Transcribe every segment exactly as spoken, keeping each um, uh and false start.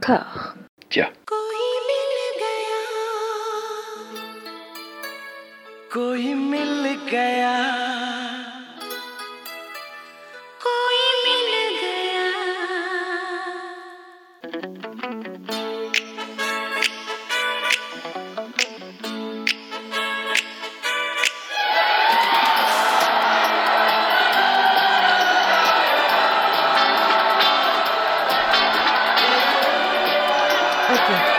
encore. Tiens. कोई मिल गया कोई मिल गया Ok.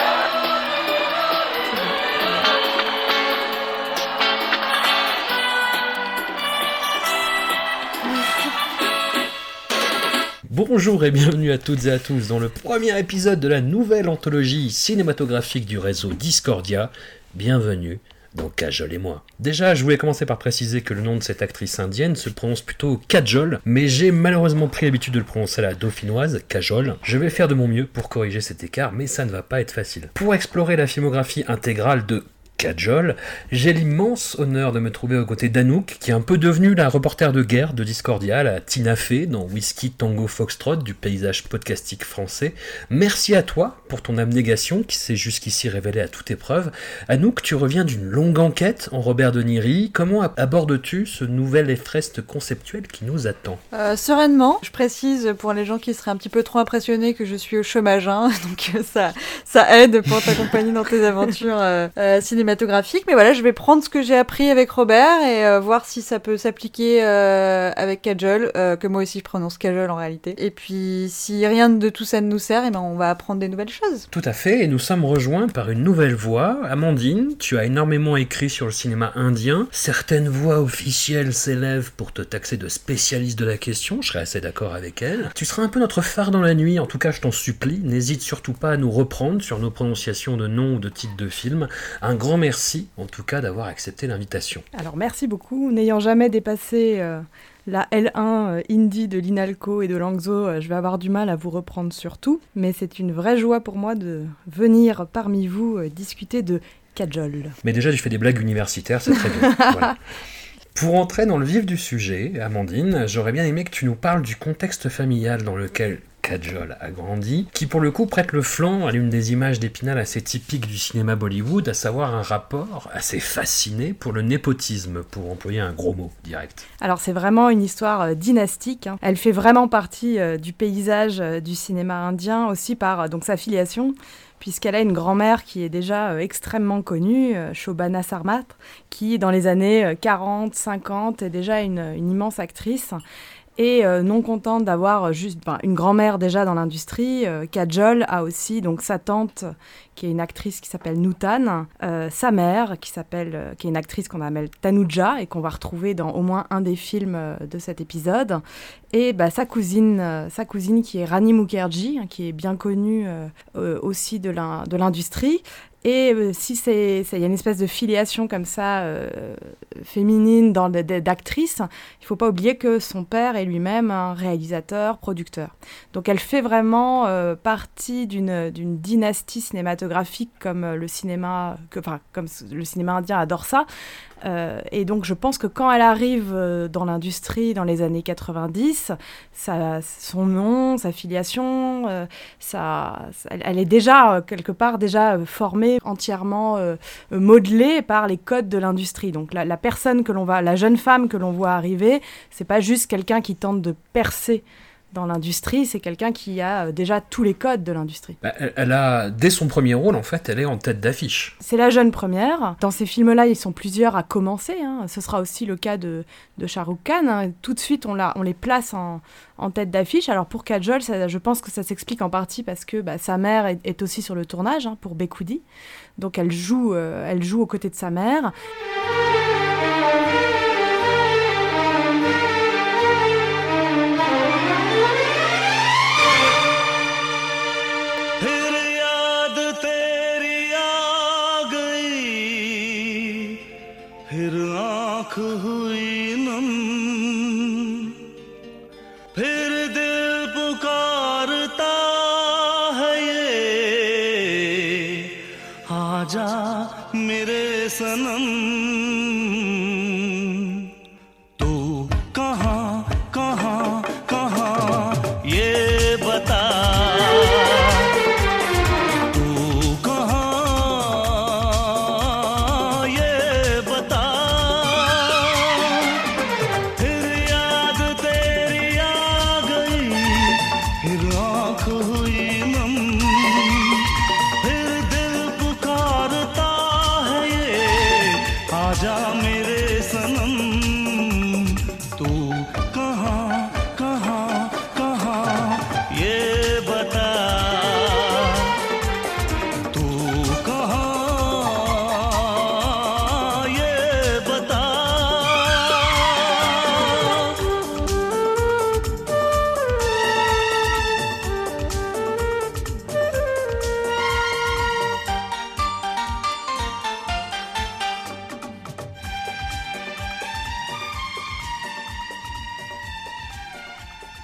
Bonjour et bienvenue à toutes et à tous dans le premier épisode de la nouvelle anthologie cinématographique du réseau Discordia. Bienvenue dans Kajol et moi. Déjà, je voulais commencer par préciser que le nom de cette actrice indienne se prononce plutôt Kajol, mais j'ai malheureusement pris l'habitude de le prononcer à la dauphinoise, Kajol. Je vais faire de mon mieux pour corriger cet écart, mais ça ne va pas être facile. Pour explorer la filmographie intégrale de Kajol, j'ai l'immense honneur de me trouver aux côtés d'Anouk, qui est un peu devenue la reporter de guerre de Discordia, la Tina Fey dans Whisky Tango Foxtrot du paysage podcastique français. Merci à toi pour ton abnégation qui s'est jusqu'ici révélée à toute épreuve. Anouk, tu reviens d'une longue enquête en Robert De Niro. Comment abordes-tu ce nouvel Everest conceptuel qui nous attend ? Euh, sereinement, je précise pour les gens qui seraient un petit peu trop impressionnés que je suis au chômage, hein, donc euh, ça, ça aide pour t'accompagner dans tes aventures euh, euh, cinématographiques. Mais voilà, je vais prendre ce que j'ai appris avec Robert et euh, voir si ça peut s'appliquer euh, avec Kajol, euh, que moi aussi je prononce Kajol en réalité. Et puis, si rien de tout ça ne nous sert, eh ben, on va apprendre des nouvelles choses. Tout à fait, et nous sommes rejoints par une nouvelle voix. Amandine, tu as énormément écrit sur le cinéma indien. Certaines voix officielles s'élèvent pour te taxer de spécialiste de la question, je serais assez d'accord avec elle. Tu seras un peu notre phare dans la nuit, en tout cas je t'en supplie. N'hésite surtout pas à nous reprendre sur nos prononciations de noms ou de titres de films. Un grand merci, en tout cas, d'avoir accepté l'invitation. Alors, merci beaucoup. N'ayant jamais dépassé euh, la L un euh, Indie de l'Inalco et de Langso, euh, je vais avoir du mal à vous reprendre sur tout. Mais c'est une vraie joie pour moi de venir parmi vous euh, discuter de Kajol. Mais déjà, tu fais des blagues universitaires, c'est très bien. Voilà. Pour entrer dans le vif du sujet, Amandine, j'aurais bien aimé que tu nous parles du contexte familial dans lequel Kajol a grandi, qui pour le coup prête le flanc à l'une des images d'Épinal assez typiques du cinéma Bollywood, à savoir un rapport assez fasciné pour le népotisme, pour employer un gros mot direct. Alors c'est vraiment une histoire euh, dynastique, hein. Elle fait vraiment partie euh, du paysage euh, du cinéma indien, aussi par euh, donc, sa filiation, puisqu'elle a une grand-mère qui est déjà euh, extrêmement connue, euh, Shobhana Sarmat, qui dans les années euh, quarante cinquante est déjà une, une immense actrice. Et euh, non contente d'avoir juste ben, une grand-mère déjà dans l'industrie, euh, Kajol a aussi donc sa tante qui est une actrice qui s'appelle Nutan, euh, sa mère qui s'appelle euh, qui est une actrice qu'on appelle Tanuja et qu'on va retrouver dans au moins un des films euh, de cet épisode, et bah, sa cousine euh, sa cousine qui est Rani Mukherjee, hein, qui est bien connue euh, euh, aussi de, l'in- de l'industrie. Et euh, si c'est, il y a une espèce de filiation comme ça, euh, féminine dans le, d'actrice, il ne faut pas oublier que son père est lui-même un réalisateur, producteur. Donc elle fait vraiment euh, partie d'une, d'une dynastie cinématographique comme le cinéma, que, enfin, comme le cinéma indien adore ça. Euh, et donc je pense que quand elle arrive euh, dans l'industrie dans les années quatre-vingt-dix, ça, son nom, sa filiation, euh, ça, elle, elle est déjà euh, quelque part déjà euh, formée, entièrement euh, modelée par les codes de l'industrie. Donc la, la personne que l'on va, la jeune femme que l'on voit arriver, c'est pas juste quelqu'un qui tente de percer dans l'industrie, c'est quelqu'un qui a déjà tous les codes de l'industrie. Bah, elle, elle a, dès son premier rôle, en fait, elle est en tête d'affiche. C'est la jeune première. Dans ces films-là, ils sont plusieurs à commencer, hein. Ce sera aussi le cas de, de Shah Rukh Khan, hein. Tout de suite, on, la, on les place en, en tête d'affiche. Alors pour Kajol, ça, je pense que ça s'explique en partie parce que bah, sa mère est, est aussi sur le tournage, hein, pour Bekoudi. Donc elle joue, euh, elle joue aux côtés de sa mère.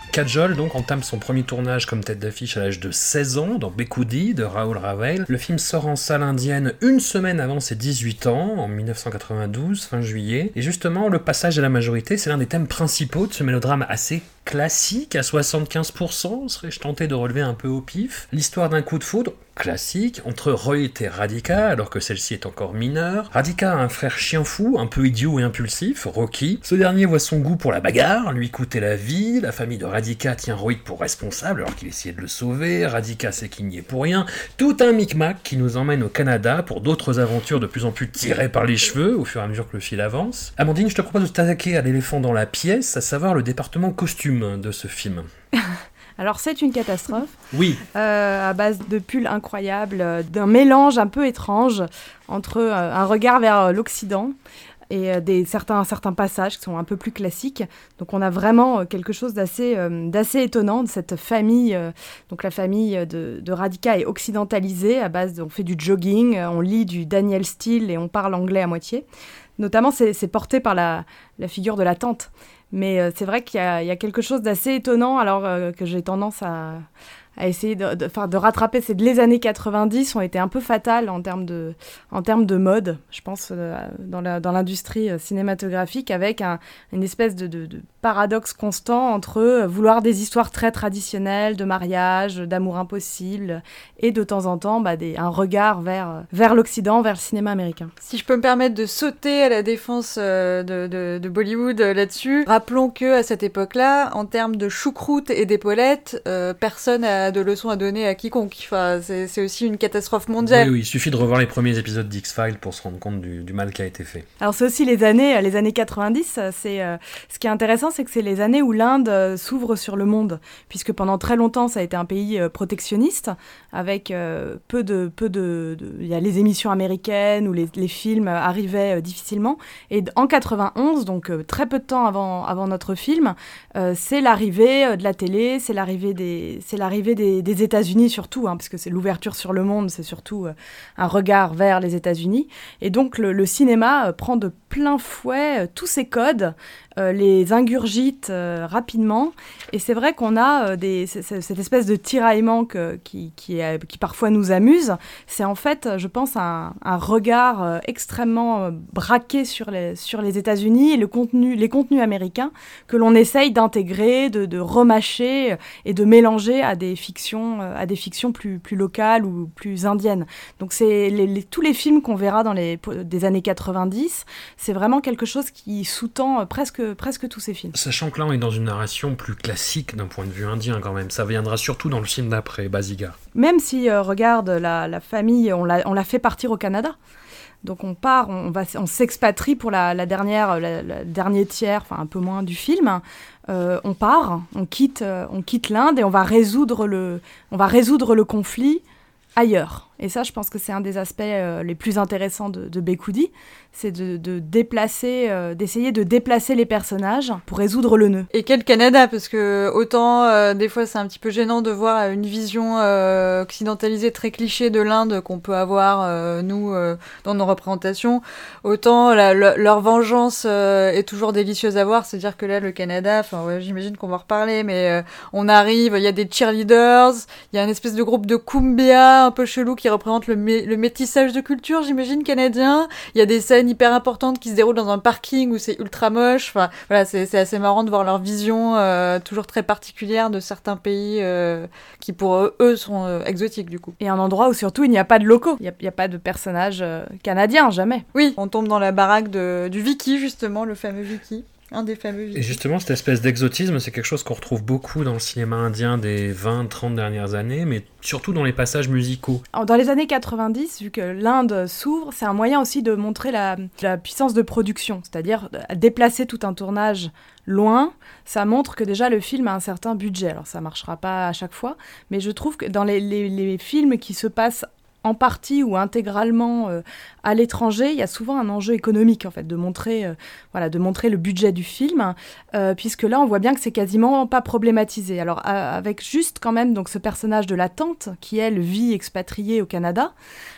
Kajol donc entame son premier tournage comme tête d'affiche à l'âge de seize ans dans Bekoudi de Rahul Rawail. Le film sort en salle indienne une semaine avant ses dix-huit ans, en dix-neuf cent quatre-vingt-douze, fin juillet. Et justement, le passage à la majorité, c'est l'un des thèmes principaux de ce mélodrame assez classique, à soixante-quinze pour cent, serais-je tenté de relever un peu au pif. L'histoire d'un coup de foudre, classique, entre Rohit et Radhika, alors que celle-ci est encore mineure. Radhika a un frère chien fou, un peu idiot et impulsif, Rocky. Ce dernier voit son goût pour la bagarre, lui coûter la vie. La famille de Radhika tient Rohit pour responsable, alors qu'il essayait de le sauver. Radhika sait qu'il n'y est pour rien. Tout un micmac qui nous emmène au Canada pour d'autres aventures de plus en plus tirées par les cheveux, au fur et à mesure que le fil avance. Amandine, je te propose de t'attaquer à l'éléphant dans la pièce, à savoir le département costume de ce film. Alors c'est une catastrophe, oui. euh, à base de pulls incroyables, euh, d'un mélange un peu étrange entre euh, un regard vers euh, l'Occident et euh, des, certains, certains passages qui sont un peu plus classiques. Donc on a vraiment euh, quelque chose d'assez, euh, d'assez étonnant de cette famille. Euh, donc la famille de, de Radhika est occidentalisée, à base de, on fait du jogging, euh, on lit du Daniel Steele et on parle anglais à moitié. Notamment c'est, c'est porté par la, la figure de la tante. Mais euh, c'est vrai qu'il y a, il y a quelque chose d'assez étonnant, alors euh, que j'ai tendance à, à essayer de, de, de rattraper. C'est que les années quatre-vingt-dix ont été un peu fatales en termes de, en termes de mode, je pense, euh, dans, la, dans l'industrie cinématographique, avec un, une espèce de, de, de paradoxe constant entre euh, vouloir des histoires très traditionnelles, de mariage, d'amour impossible, et de temps en temps bah, des, un regard vers, vers l'Occident, vers le cinéma américain. Si je peux me permettre de sauter à la défense euh, de, de, de Bollywood euh, là-dessus, rappelons qu'à cette époque-là, en termes de choucroute et d'épaulettes, euh, personne n'a de leçons à donner à quiconque. Enfin, c'est, c'est aussi une catastrophe mondiale. Oui, oui, il suffit de revoir les premiers épisodes d'X-Files pour se rendre compte du, du mal qui a été fait. Alors c'est aussi les années, les années quatre-vingt-dix, c'est, euh, ce qui est intéressant, c'est que c'est les années où l'Inde euh, s'ouvre sur le monde, puisque pendant très longtemps, ça a été un pays euh, protectionniste, avec euh, peu de... peu de, de... Il y a les émissions américaines où les, les films arrivaient euh, difficilement, et en quatre-vingt-onze, donc euh, très peu de temps avant, avant notre film, euh, c'est l'arrivée euh, de la télé, c'est l'arrivée des, c'est l'arrivée des, des États-Unis surtout, hein, parce que c'est l'ouverture sur le monde, c'est surtout euh, un regard vers les États-Unis, et donc le, le cinéma euh, prend de plein fouet euh, tous ces codes, euh, les ingurgite euh, rapidement, et c'est vrai qu'on a euh, des, c- c- cette espèce de tiraillement que, qui, qui, est, qui parfois nous amuse. C'est en fait, je pense, un, un regard euh, extrêmement euh, braqué sur les, sur les États-Unis et le contenu, les contenus américains que l'on essaye d'intégrer, de, de remâcher euh, et de mélanger à des fictions, euh, à des fictions plus, plus locales ou plus indiennes. Donc c'est les, les, tous les films qu'on verra dans les des années quatre-vingt-dix, c'est vraiment quelque chose qui sous-tend euh, presque presque tous ces films. Sachant que là, on est dans une narration plus classique d'un point de vue indien quand même. Ça viendra surtout dans le film d'après, Basiga. Même si, euh, regarde, la, la famille, on l'a, on l'a fait partir au Canada. Donc on part, on, va, on s'expatrie pour la, la dernière, la, la dernier tiers, enfin un peu moins du film. Euh, on part, on quitte, euh, on quitte l'Inde et on va résoudre le, on va résoudre le conflit ailleurs. Et ça, je pense que c'est un des aspects euh, les plus intéressants de, de Bekoudi, c'est de, de déplacer, euh, d'essayer de déplacer les personnages pour résoudre le nœud. Et quel Canada, parce que autant euh, des fois c'est un petit peu gênant de voir une vision euh, occidentalisée très cliché de l'Inde qu'on peut avoir euh, nous euh, dans nos représentations, autant la, la, leur vengeance euh, est toujours délicieuse à voir. C'est-à-dire que là le Canada, enfin ouais, j'imagine qu'on va en reparler, mais euh, on arrive, il y a des cheerleaders, il y a une espèce de groupe de cumbia un peu chelou qui représente le, mé- le métissage de culture, j'imagine, canadien. Il y a des scènes hyper importantes qui se déroulent dans un parking où c'est ultra moche. Enfin, voilà, c'est, c'est assez marrant de voir leur vision euh, toujours très particulière de certains pays euh, qui, pour eux, eux sont euh, exotiques, du coup. Et un endroit où, surtout, il n'y a pas de locaux. Il n'y a, il y a pas de personnages euh, canadiens, jamais. Oui, on tombe dans la baraque de, du Vicky, justement, le fameux Vicky. Un des fameux Vicky. Et justement, cette espèce d'exotisme, c'est quelque chose qu'on retrouve beaucoup dans le cinéma indien des vingt trente dernières années, mais surtout dans les passages musicaux. Dans les années quatre-vingt-dix, vu que l'Inde s'ouvre, c'est un moyen aussi de montrer la, la puissance de production, c'est-à-dire déplacer tout un tournage loin, ça montre que déjà le film a un certain budget. Alors ça marchera pas à chaque fois, mais je trouve que dans les, les, les films qui se passent en partie ou intégralement euh, à l'étranger, il y a souvent un enjeu économique en fait, de montrer, euh, voilà, de montrer le budget du film, euh, puisque là on voit bien que c'est quasiment pas problématisé. Alors euh, avec juste quand même donc ce personnage de la tante qui elle vit expatriée au Canada,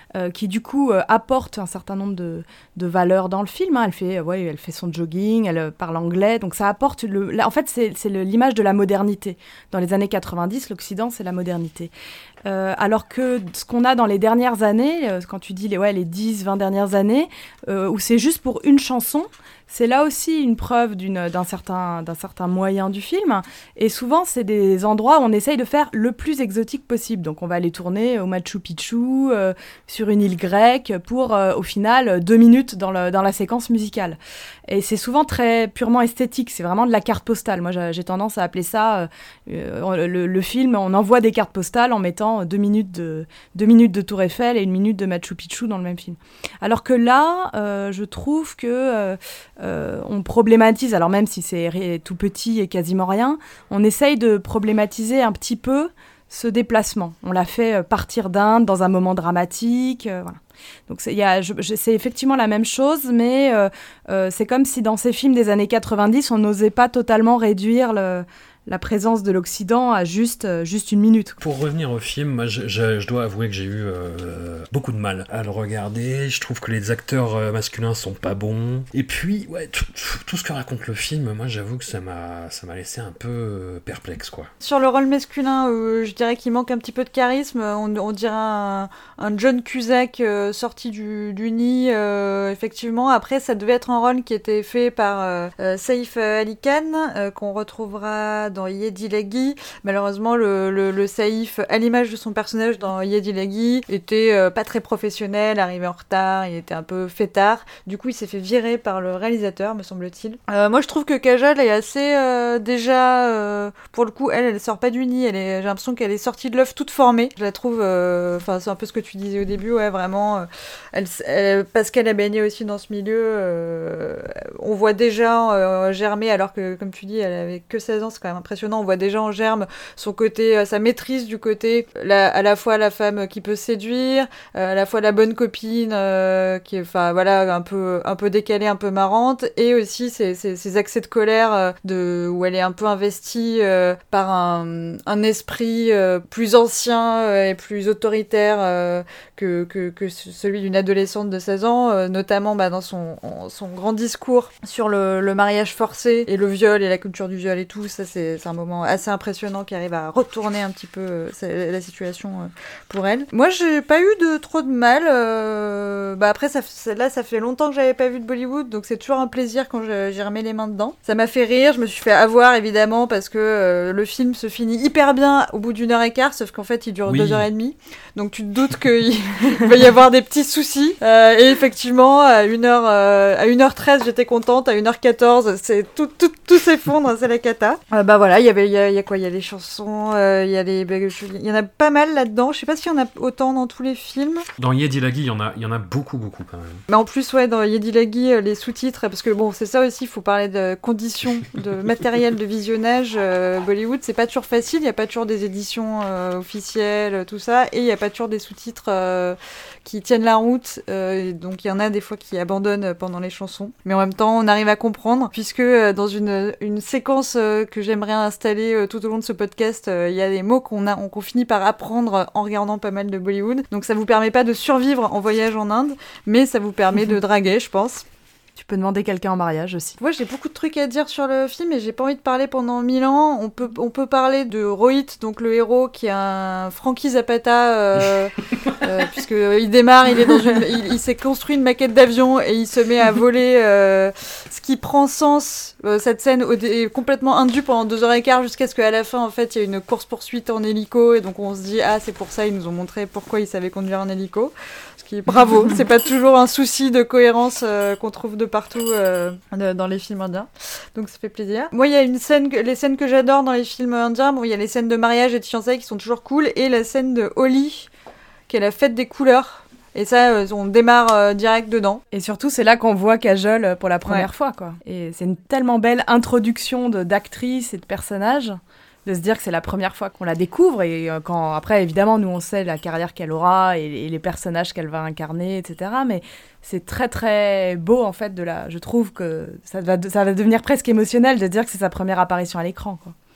euh, qui du coup euh, apporte un certain nombre de, de valeurs dans le film. Hein. Elle fait, ouais, elle fait son jogging, elle euh, parle anglais, donc ça apporte. Le, là, en fait, c'est, c'est le, l'image de la modernité. Dans les années quatre-vingt-dix, l'Occident, c'est la modernité. Euh, alors que ce qu'on a dans les dernières années, euh, quand tu dis les, ouais, les dix, vingt dernières années, euh, où c'est juste pour une chanson, c'est là aussi une preuve d'une, d'un, certain, d'un certain moyen du film. Et souvent, c'est des endroits où on essaye de faire le plus exotique possible. Donc, on va aller tourner au Machu Picchu, euh, sur une île grecque, pour, euh, au final, deux minutes dans, le, dans la séquence musicale. Et c'est souvent très purement esthétique. C'est vraiment de la carte postale. Moi, j'ai, j'ai tendance à appeler ça euh, le, le film. On envoie des cartes postales en mettant deux minutes de, deux minutes de Tour Eiffel et une minute de Machu Picchu dans le même film. Alors que là, euh, je trouve que... Euh, Euh, on problématise, alors même si c'est ré- tout petit et quasiment rien, on essaye de problématiser un petit peu ce déplacement. On l'a fait euh, partir d'Inde dans un moment dramatique, euh, voilà. Donc c'est, y a, je, je, c'est effectivement la même chose, mais euh, euh, c'est comme si dans ces films des années quatre-vingt-dix, on n'osait pas totalement réduire le... la présence de l'Occident à juste, euh, juste une minute. Pour revenir au film, moi je, je, je dois avouer que j'ai eu euh, beaucoup de mal à le regarder. Je trouve que les acteurs euh, masculins sont pas bons. Et puis, ouais, tout, tout ce que raconte le film, moi j'avoue que ça m'a, ça m'a laissé un peu euh, perplexe, quoi. Sur le rôle masculin, euh, je dirais qu'il manque un petit peu de charisme. On, on dirait un, un John Cusack euh, sorti du, du nid, euh, effectivement. Après, ça devait être un rôle qui était fait par euh, euh, Saif Ali Khan, euh, qu'on retrouvera dans Yedilagi. Malheureusement, le, le, le Saïf, à l'image de son personnage dans Yedilagi, était euh, pas très professionnel, arrivé en retard, il était un peu fêtard. Du coup, il s'est fait virer par le réalisateur, me semble-t-il. Euh, moi, je trouve que Kajol est assez euh, déjà... Euh, pour le coup, elle, elle sort pas du nid. Elle est, j'ai l'impression qu'elle est sortie de l'œuf toute formée. Je la trouve... Enfin, euh, c'est un peu ce que tu disais au début, ouais, vraiment. Euh, elle, elle, parce qu'elle a baigné aussi dans ce milieu, euh, on voit déjà euh, germer, alors que, comme tu dis, elle avait que seize ans, c'est quand même impressionnant. On voit déjà en germe son côté, euh, sa maîtrise du côté, la, à la fois la femme qui peut séduire, euh, à la fois la bonne copine, euh, qui est, enfin voilà, un peu, un peu décalée, un peu marrante, et aussi ses, ses, ses accès de colère, euh, de, où elle est un peu investie euh, par un, un esprit euh, plus ancien euh, et plus autoritaire euh, que, que, que celui d'une adolescente de seize ans, euh, notamment bah, dans son, son grand discours sur le, le mariage forcé et le viol et la culture du viol et tout. Ça, c'est, c'est un moment assez impressionnant qui arrive à retourner un petit peu euh, la situation euh, pour elle. Moi, j'ai pas eu de trop de mal. Euh, bah après, ça, là, ça fait longtemps que j'avais pas vu de Bollywood, donc c'est toujours un plaisir quand je, j'y remets les mains dedans. Ça m'a fait rire, je me suis fait avoir évidemment parce que euh, le film se finit hyper bien au bout d'une heure et quart, sauf qu'en fait, il dure oui. deux heures et demie. Donc tu te doutes qu'il va y avoir des petits soucis. Euh, et effectivement, à une heure, euh, à une heure treize, j'étais contente. À une heure quatorze, c'est tout, tout, tout s'effondre, c'est la cata. Euh, bah voilà, il y avait, il y, y a quoi? Il y a les chansons, euh, il y a les, il y en a pas mal là-dedans. Je sais pas s'il y en a autant dans tous les films. Dans Yedilagi, il y en a, il y en a beaucoup, beaucoup quand même. Mais en plus, ouais, dans Yedilagi, les sous-titres, parce que bon, c'est ça aussi, il faut parler de conditions, de matériel de visionnage. Euh, Bollywood, c'est pas toujours facile. Il y a pas toujours des éditions euh, officielles, tout ça, et il y a pas toujours des sous-titres euh, qui tiennent la route. Euh, donc il y en a des fois qui abandonnent pendant les chansons, mais en même temps, on arrive à comprendre, puisque euh, dans une une séquence euh, que j'aimerais installer euh, tout au long de ce podcast, il euh, y a des mots qu'on a, on, qu'on finit par apprendre en regardant pas mal de Bollywood. Donc ça vous permet pas de survivre en voyage en Inde, mais ça vous permet de draguer, je pense. Tu peux demander quelqu'un en mariage aussi. Moi, j'ai beaucoup de trucs à dire sur le film et j'ai pas envie de parler pendant mille ans. On peut, on peut parler de Rohit, donc le héros, qui est un Frankie Zapata, euh, euh, puisque il démarre, il est dans une, il, il s'est construit une maquette d'avion et il se met à voler, euh, ce qui prend sens. Euh, cette scène est complètement indue pendant deux heures et quart jusqu'à ce qu'à la fin, en fait, il y a une course poursuite en hélico et donc on se dit ah c'est pour ça, ils nous ont montré pourquoi il savait conduire en hélico. Bravo, c'est pas toujours un souci de cohérence euh, qu'on trouve de partout euh, de, dans les films indiens, donc ça fait plaisir. Moi, il y a une scène, que, les scènes que j'adore dans les films indiens, bon, il y a les scènes de mariage et de fiançailles qui sont toujours cool, et la scène de Holi, qui est la fête des couleurs. Et ça, euh, on démarre euh, direct dedans. Et surtout, c'est là qu'on voit Kajol pour la première ouais. fois, quoi. Et c'est une tellement belle introduction de, d'actrices et de personnages, de se dire que c'est la première fois qu'on la découvre, et quand après évidemment nous on sait la carrière qu'elle aura et, et les personnages qu'elle va incarner, et cetera. Mais c'est très très beau en fait de la, je trouve que ça va, ça va devenir presque émotionnel de dire que c'est sa première apparition à l'écran, quoi.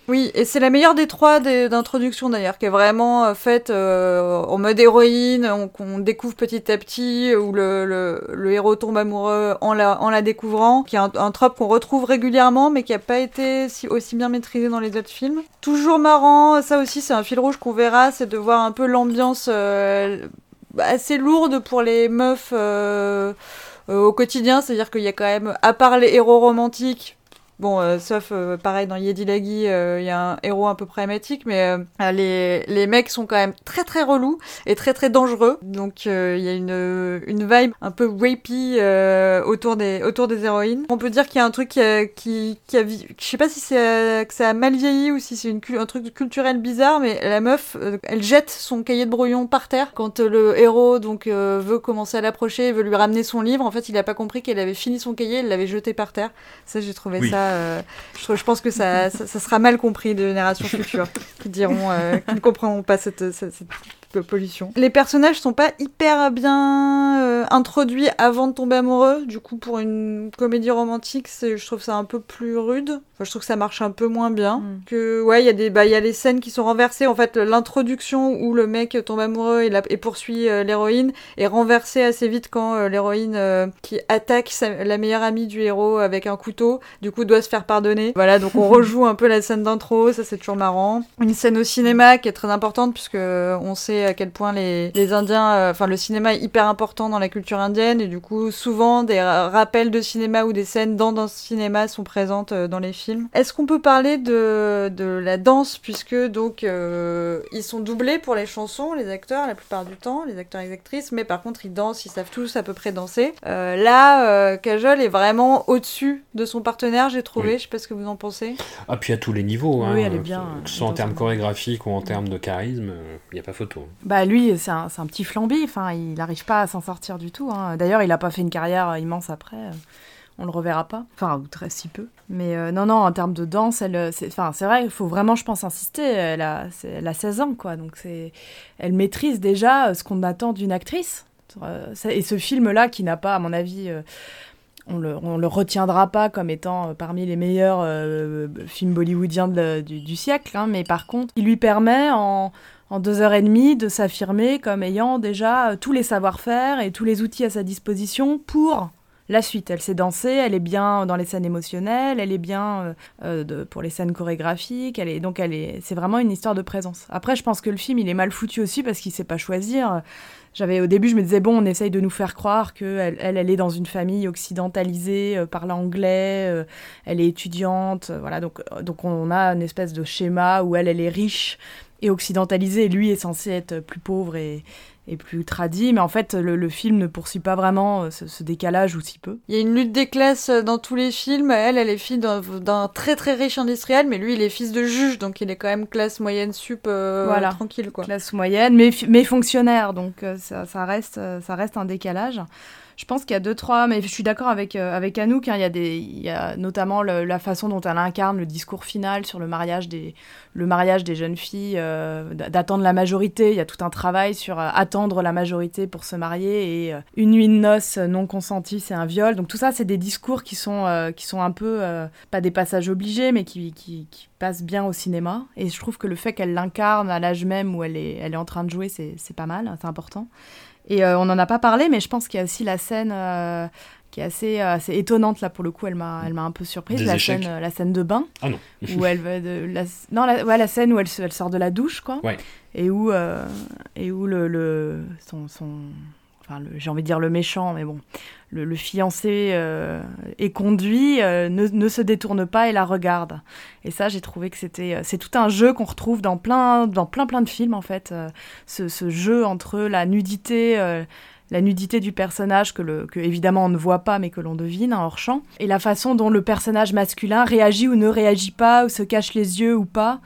Oui, et c'est la meilleure des trois des, d'introduction d'ailleurs, qui est vraiment euh, faite euh, en mode héroïne, on, qu'on découvre petit à petit, où le, le, le héros tombe amoureux en la, en la découvrant, qui est un, un trope qu'on retrouve régulièrement, mais qui n'a pas été si, aussi bien maîtrisé dans les autres films. Toujours marrant, ça aussi c'est un fil rouge qu'on verra, c'est de voir un peu l'ambiance euh, assez lourde pour les meufs euh, euh, au quotidien, c'est-à-dire qu'il y a quand même, à part les héros romantiques, bon, euh, sauf, euh, pareil, dans Yedilagi, il euh, y a un héros un peu problématique, mais euh, les, les mecs sont quand même très très relous et très très dangereux. Donc, il euh, y a une, une vibe un peu rapey euh, autour, des, autour des héroïnes. On peut dire qu'il y a un truc qui a... Qui, qui a vi... Je sais pas si c'est, euh, que ça a mal vieilli ou si c'est une, un truc culturel bizarre, mais la meuf, euh, elle jette son cahier de brouillon par terre quand euh, le héros donc, euh, veut commencer à l'approcher, veut lui ramener son livre. En fait, il a pas compris qu'elle avait fini son cahier, elle l'avait jeté par terre. Ça, j'ai trouvé oui. ça... Euh, je, je pense que ça, ça, ça sera mal compris de générations futures qui diront, euh, qui ne comprendront pas cette, cette, cette pollution. Les personnages sont pas hyper bien euh, introduits avant de tomber amoureux. Du coup, pour une comédie romantique, c'est, je trouve ça un peu plus rude. Enfin, je trouve que ça marche un peu moins bien. Mm. Que ouais, il y a des, bah, il y a les scènes qui sont renversées. En fait, l'introduction où le mec tombe amoureux et, la, et poursuit euh, l'héroïne est renversée assez vite quand euh, l'héroïne euh, qui attaque sa, la meilleure amie du héros avec un couteau, du coup, doit se faire pardonner. Voilà, donc on rejoue un peu la scène d'intro. Ça, c'est toujours marrant. Une scène au cinéma qui est très importante puisque on sait à quel point les, les Indiens, enfin euh, le cinéma est hyper important dans la culture indienne et du coup souvent des ra- rappels de cinéma ou des scènes dans dans ce cinéma sont présentes euh, dans les films. Est-ce qu'on peut parler de, de la danse puisque donc euh, ils sont doublés pour les chansons, les acteurs la plupart du temps, les acteurs et les actrices, mais par contre ils dansent, ils savent tous à peu près danser. Euh, là, euh, Kajol est vraiment au-dessus de son partenaire, j'ai trouvé. Oui. Je sais pas ce que vous en pensez. Ah puis à tous les niveaux, hein, oui, elle est bien. Que ce soit en termes chorégraphiques ou en termes de charisme, il n'y a pas photo. Bah lui, c'est un, c'est un petit flambi, enfin, il n'arrive pas à s'en sortir du tout. Hein. D'ailleurs, il n'a pas fait une carrière immense après, on le reverra pas, enfin, ou très si peu. Mais euh, non, non, en termes de danse, elle, c'est, enfin, c'est vrai, il faut vraiment, je pense, insister, elle a, c'est, elle a seize ans, quoi, donc c'est, elle maîtrise déjà ce qu'on attend d'une actrice. Et ce film-là, qui n'a pas, à mon avis... Euh, On le, on le retiendra pas comme étant euh, parmi les meilleurs euh, films bollywoodiens de, du, du siècle, hein, mais par contre, il lui permet en, en deux heures et demie de s'affirmer comme ayant déjà euh, tous les savoir-faire et tous les outils à sa disposition pour la suite. Elle sait danser, elle est bien dans les scènes émotionnelles, elle est bien euh, euh, de, pour les scènes chorégraphiques, elle est, donc elle est, c'est vraiment une histoire de présence. Après, je pense que le film, il est mal foutu aussi parce qu'il sait pas choisir. J'avais, au début, je me disais, bon, on essaye de nous faire croire qu'elle, elle, elle est dans une famille occidentalisée, euh, parle anglais, euh, elle est étudiante, euh, voilà, donc, donc on a une espèce de schéma où elle, elle est riche et occidentalisée, et lui est censé être plus pauvre et, et plus tradit, mais en fait, le, le film ne poursuit pas vraiment ce, ce décalage ou si peu. Il y a une lutte des classes dans tous les films. Elle, elle est fille d'un, d'un très très riche industriel, mais lui, il est fils de juge, donc il est quand même classe moyenne sup, euh, voilà. Tranquille, quoi. Classe moyenne, mais, mais fonctionnaire, donc euh, ça, ça, reste, ça reste un décalage. Je pense qu'il y a deux, trois, mais je suis d'accord avec, euh, avec Anouk, hein, il y a des, il y a notamment le, la façon dont elle incarne le discours final sur le mariage des, le mariage des jeunes filles, euh, d'attendre la majorité. Il y a tout un travail sur euh, attendre la majorité pour se marier et euh, une nuit de noces non consentie, c'est un viol. Donc tout ça, c'est des discours qui sont, euh, qui sont un peu, euh, pas des passages obligés, mais qui, qui, qui passent bien au cinéma. Et je trouve que le fait qu'elle l'incarne à l'âge même où elle est, elle est en train de jouer, c'est, c'est pas mal, c'est important. Et euh, on n'en a pas parlé, mais je pense qu'il y a aussi la scène euh, qui est assez, euh, assez étonnante, là, pour le coup, elle m'a, elle m'a un peu surprise, Des la échecs. scène, euh, la scène de bain, ah non. où elle va de, la, non, la, ouais, la scène où elle, elle sort de la douche, quoi, ouais. et où, euh, et où le, le, son, son, enfin, le, j'ai envie de dire le méchant, mais bon, le, le fiancé euh, est conduit, euh, ne, ne se détourne pas et la regarde. Et ça, j'ai trouvé que c'était... C'est tout un jeu qu'on retrouve dans plein, dans plein, plein de films, en fait. Euh, ce, ce jeu entre la nudité... Euh, la nudité du personnage que, le, que évidemment on ne voit pas mais que l'on devine hors champ, et la façon dont le personnage masculin réagit ou ne réagit pas, ou se cache les yeux ou pas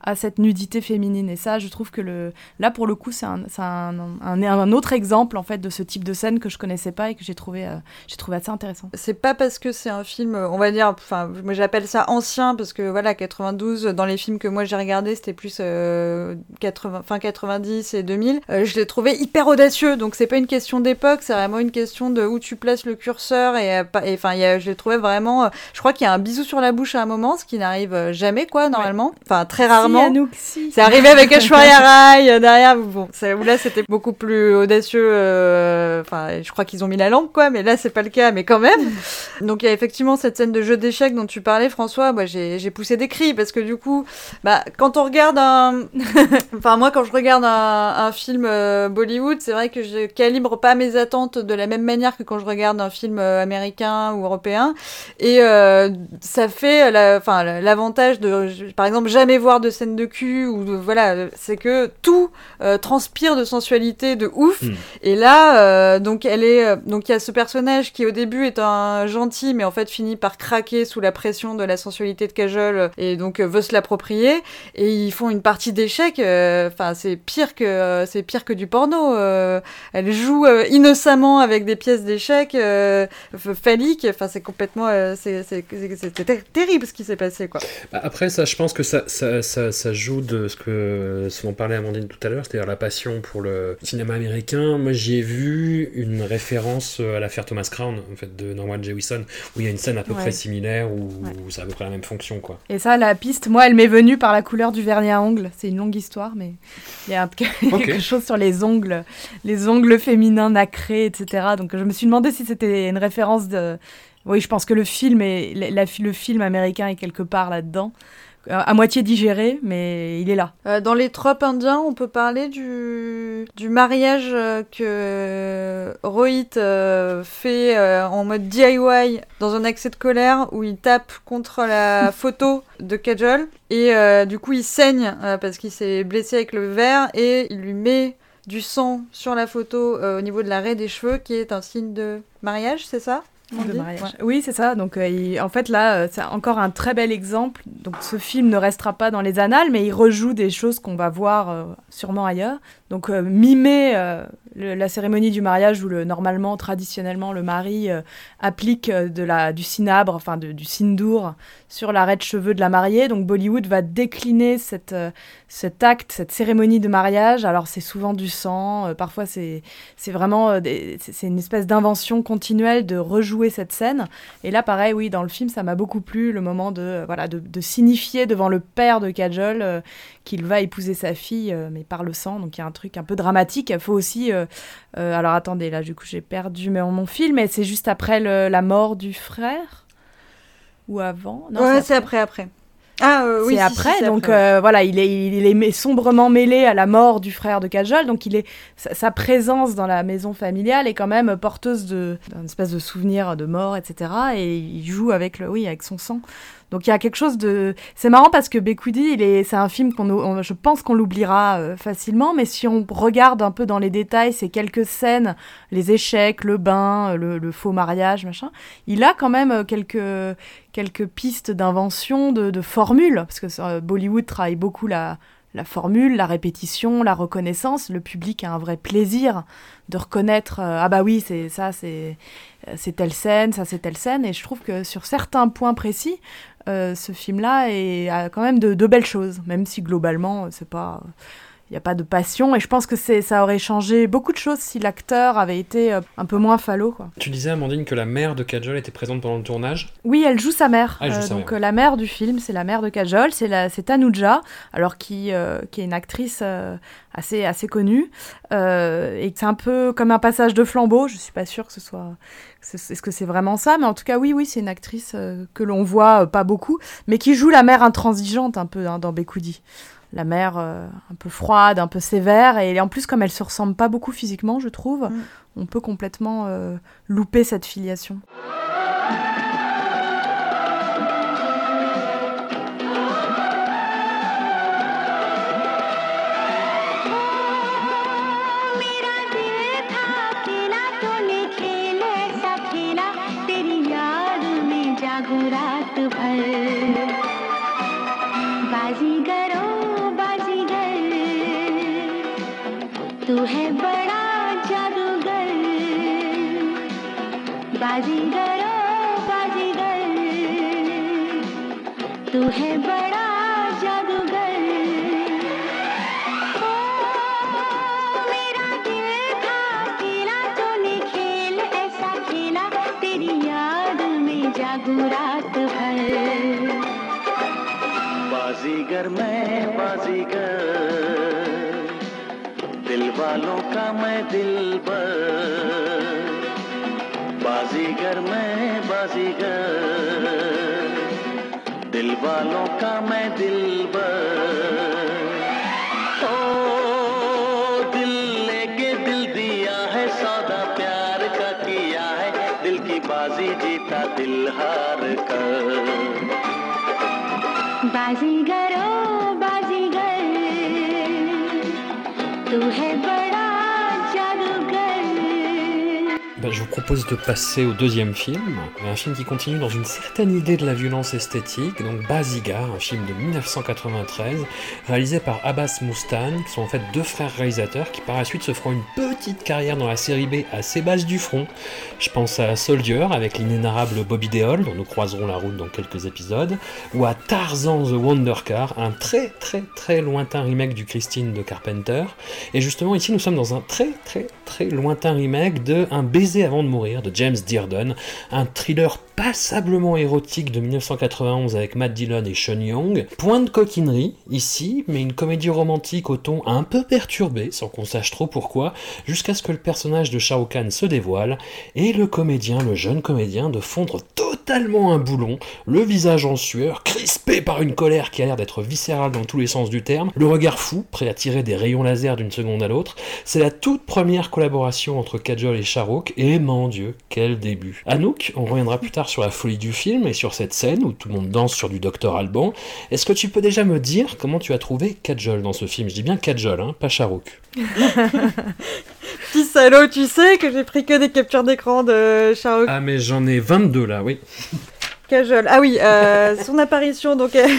à cette nudité féminine. Et ça, je trouve que le... là, pour le coup, c'est, un, c'est un, un, un autre exemple en fait, de ce type de scène que je connaissais pas et que j'ai trouvé, euh, j'ai trouvé assez intéressant. C'est pas parce que c'est un film, on va dire, enfin, moi j'appelle ça ancien, parce que voilà, quatre-vingt-douze, dans les films que moi j'ai regardés, c'était plus euh, quatre-vingts, fin quatre-vingt-dix et deux mille. Euh, je l'ai trouvé hyper audacieux, donc c'est pas une question d'époque, c'est vraiment une question de où tu places le curseur, et enfin, je l'ai trouvé vraiment. Euh, je crois qu'il y a un bisou sur la bouche à un moment, ce qui n'arrive jamais, quoi, normalement. Enfin, très rarement. Si, Anouk, si. C'est arrivé avec Aishwarya Rai euh, derrière. Bon, c'est, où là, c'était beaucoup plus audacieux. Enfin, euh, je crois qu'ils ont mis la lampe, quoi, mais là, c'est pas le cas, mais quand même. Donc, il y a effectivement cette scène de jeu d'échecs dont tu parlais, François. Bah, j'ai, j'ai poussé des cris parce que du coup, bah, quand on regarde un. Enfin, moi, quand je regarde un, un film euh, Bollywood, c'est vrai que je calibre pas mes attentes de la même manière que quand je regarde un film euh, américain ou européen. Et euh, ça fait la, enfin, l'avantage de, par exemple, jamais voir de scène de cul, ou de, voilà, c'est que tout euh, transpire de sensualité de ouf. Mm. Et là, euh, donc elle est, donc il y a ce personnage qui au début est un gentil, mais en fait finit par craquer sous la pression de la sensualité de Kajol et donc euh, veut se l'approprier. Et ils font une partie d'échecs. Enfin, euh, c'est pire que euh, c'est pire que du porno. Euh, elle joue euh, innocemment avec des pièces d'échecs euh, phalliques. Enfin, c'est complètement, euh, c'est, c'est, c'est, c'est, c'est terrible ce qui s'est passé, quoi. Après, ça, je pense que ça, ça, ça, ça joue de ce que ce dont parlait Amandine tout à l'heure, c'est-à-dire la passion pour le cinéma américain. Moi, j'y ai vu une référence à l'affaire Thomas Crown, en fait, de Norman Jewison, où il y a une scène à peu ouais. près similaire, où, ouais. où ça a à peu près la même fonction, quoi. Et ça, la piste, moi, elle m'est venue par la couleur du vernis à ongles. C'est une longue histoire, mais il y a quelque okay. chose sur les ongles, les ongles féminins nacrés, et cetera. Donc, je me suis demandé si c'était une référence de... Oui, je pense que le film, est, la, la, le film américain est quelque part là-dedans. À moitié digéré, mais il est là. Euh, dans les tropes indiens, on peut parler du, du mariage que Rohit euh, fait euh, en mode D I Y dans un accès de colère où il tape contre la photo de Kajol et euh, du coup il saigne euh, parce qu'il s'est blessé avec le verre et il lui met du sang sur la photo euh, au niveau de la raie des cheveux qui est un signe de mariage, c'est ça ? De mariage. Ouais. Oui, c'est ça. Donc, euh, il, en fait, là, euh, c'est encore un très bel exemple. Donc, ce film ne restera pas dans les annales, mais il rejoue des choses qu'on va voir euh, sûrement ailleurs. Donc, euh, mimer euh, le, la cérémonie du mariage où, le, normalement, traditionnellement, le mari euh, applique euh, de la, du cinabre, enfin, de, du sindour sur la raie de cheveux de la mariée. Donc, Bollywood va décliner cette, euh, cet acte, cette cérémonie de mariage. Alors, c'est souvent du sang. Euh, parfois, c'est, c'est vraiment euh, des, c'est, c'est une espèce d'invention continuelle de rejouer cette scène. Et là, pareil, oui, dans le film, ça m'a beaucoup plu, le moment de, euh, voilà, de, de signifier devant le père de Kajol euh, qu'il va épouser sa fille, euh, mais par le sang. Donc, il y a un truc un peu dramatique. Il faut aussi... Euh, euh, alors, attendez, là, du coup, j'ai perdu mon, mon film, et c'est juste après le, la mort du frère ? Ou avant ? Non, ouais, c'est après, après. après. Ah euh, oui, c'est si, après, si, c'est donc après, ouais. euh, voilà, il est, il est sombrement mêlé à la mort du frère de Kajol, donc il est, sa, sa présence dans la maison familiale est quand même porteuse de, d'un espèce de souvenir de mort, et cetera. Et il joue avec, le, oui, avec son sang. Donc il y a quelque chose de... C'est marrant parce que Bekoudi, il est... c'est un film qu'on, on, je pense qu'on l'oubliera euh, facilement, mais si on regarde un peu dans les détails, ces quelques scènes, les échecs, le bain, le, le faux mariage, machin, il a quand même quelques, quelques pistes d'invention, de, de formules, parce que euh, Bollywood travaille beaucoup la... la formule, la répétition, la reconnaissance. Le public a un vrai plaisir de reconnaître euh, ah bah oui, c'est ça, c'est, c'est telle scène, ça c'est telle scène. Et je trouve que sur certains points précis, euh, ce film-là est, a quand même de, de belles choses, même si globalement, c'est pas... Il n'y a pas de passion, et je pense que c'est, ça aurait changé beaucoup de choses si l'acteur avait été euh, un peu moins falot, quoi. Tu disais, Amandine, que la mère de Kajol était présente pendant le tournage ? Oui, elle joue sa mère. Ah, elle joue euh, sa donc mère. Euh, la mère du film, c'est la mère de Kajol, c'est, la, c'est Tanuja, alors qui, euh, qui est une actrice euh, assez, assez connue, euh, et c'est un peu comme un passage de flambeau. Je ne suis pas sûre que ce soit... Est-ce que c'est vraiment ça ? Mais en tout cas, oui, oui, c'est une actrice euh, que l'on voit euh, pas beaucoup, mais qui joue la mère intransigeante un peu hein, dans Bekoudi. La mère euh, un peu froide, un peu sévère, et en plus, comme elle se ressemble pas beaucoup physiquement, je trouve, mm. on peut complètement euh, louper cette filiation. बाजीगरों तू है बड़ा जादूगर बाजीगर ओ बाजीगर तू है बड़ा जादूगर ओ मेरा दिल था खेला तूने खेल ऐसा खेला तेरी याद में जागू रात भर बाजीगर मैं बाजीगर दिल वालों का मैं दिलबर बाजीगर मैं बाजीगर दिल वालों का मैं दिलबर ओ दिल लेके दिल दिया है सौदा प्यार का किया है दिल की बाजी जीता दिल हार कर बाजीगर ओ बाजीगर तू है बड़ा जादूगर Ben, je vous propose de passer au deuxième film, un film qui continue dans une certaine idée de la violence esthétique, donc Bazigar, un film de dix-neuf cent quatre-vingt-treize, réalisé par Abbas Moustan, qui sont en fait deux frères réalisateurs qui par la suite se feront une petite carrière dans la série B assez basse du front. Je pense à Soldier avec l'inénarrable Bobby Deol, dont nous croiserons la route dans quelques épisodes, ou à Tarzan the Wonder Car, un très très très lointain remake du Christine de Carpenter. Et justement ici nous sommes dans un très très très lointain remake de Un baiser avant de mourir de James Dearden, un thriller passablement érotique de dix-neuf cent quatre-vingt-onze avec Matt Dillon et Sean Young. Point de coquinerie ici, mais une comédie romantique au ton un peu perturbé, sans qu'on sache trop pourquoi, jusqu'à ce que le personnage de Shah Rukh Khan se dévoile, et le comédien, le jeune comédien, de fondre totalement un boulon, le visage en sueur, crispé par une colère qui a l'air d'être viscérale dans tous les sens du terme, le regard fou, prêt à tirer des rayons laser d'une seconde à l'autre. C'est la toute première collaboration entre Kajol et Shah Rukh, et mon Dieu, quel début. Anouk, on reviendra plus tard sur la folie du film et sur cette scène où tout le monde danse sur du docteur Alban. Est-ce que tu peux déjà me dire comment tu as trouvé Kajol dans ce film ? Je dis bien Kajol, hein, pas Shah Rukh. Petit salaud, tu sais que j'ai pris que des captures d'écran de Shah Rukh. Ah mais j'en ai vingt-deux là, oui. Kajol. Ah oui, euh, son apparition, donc elle,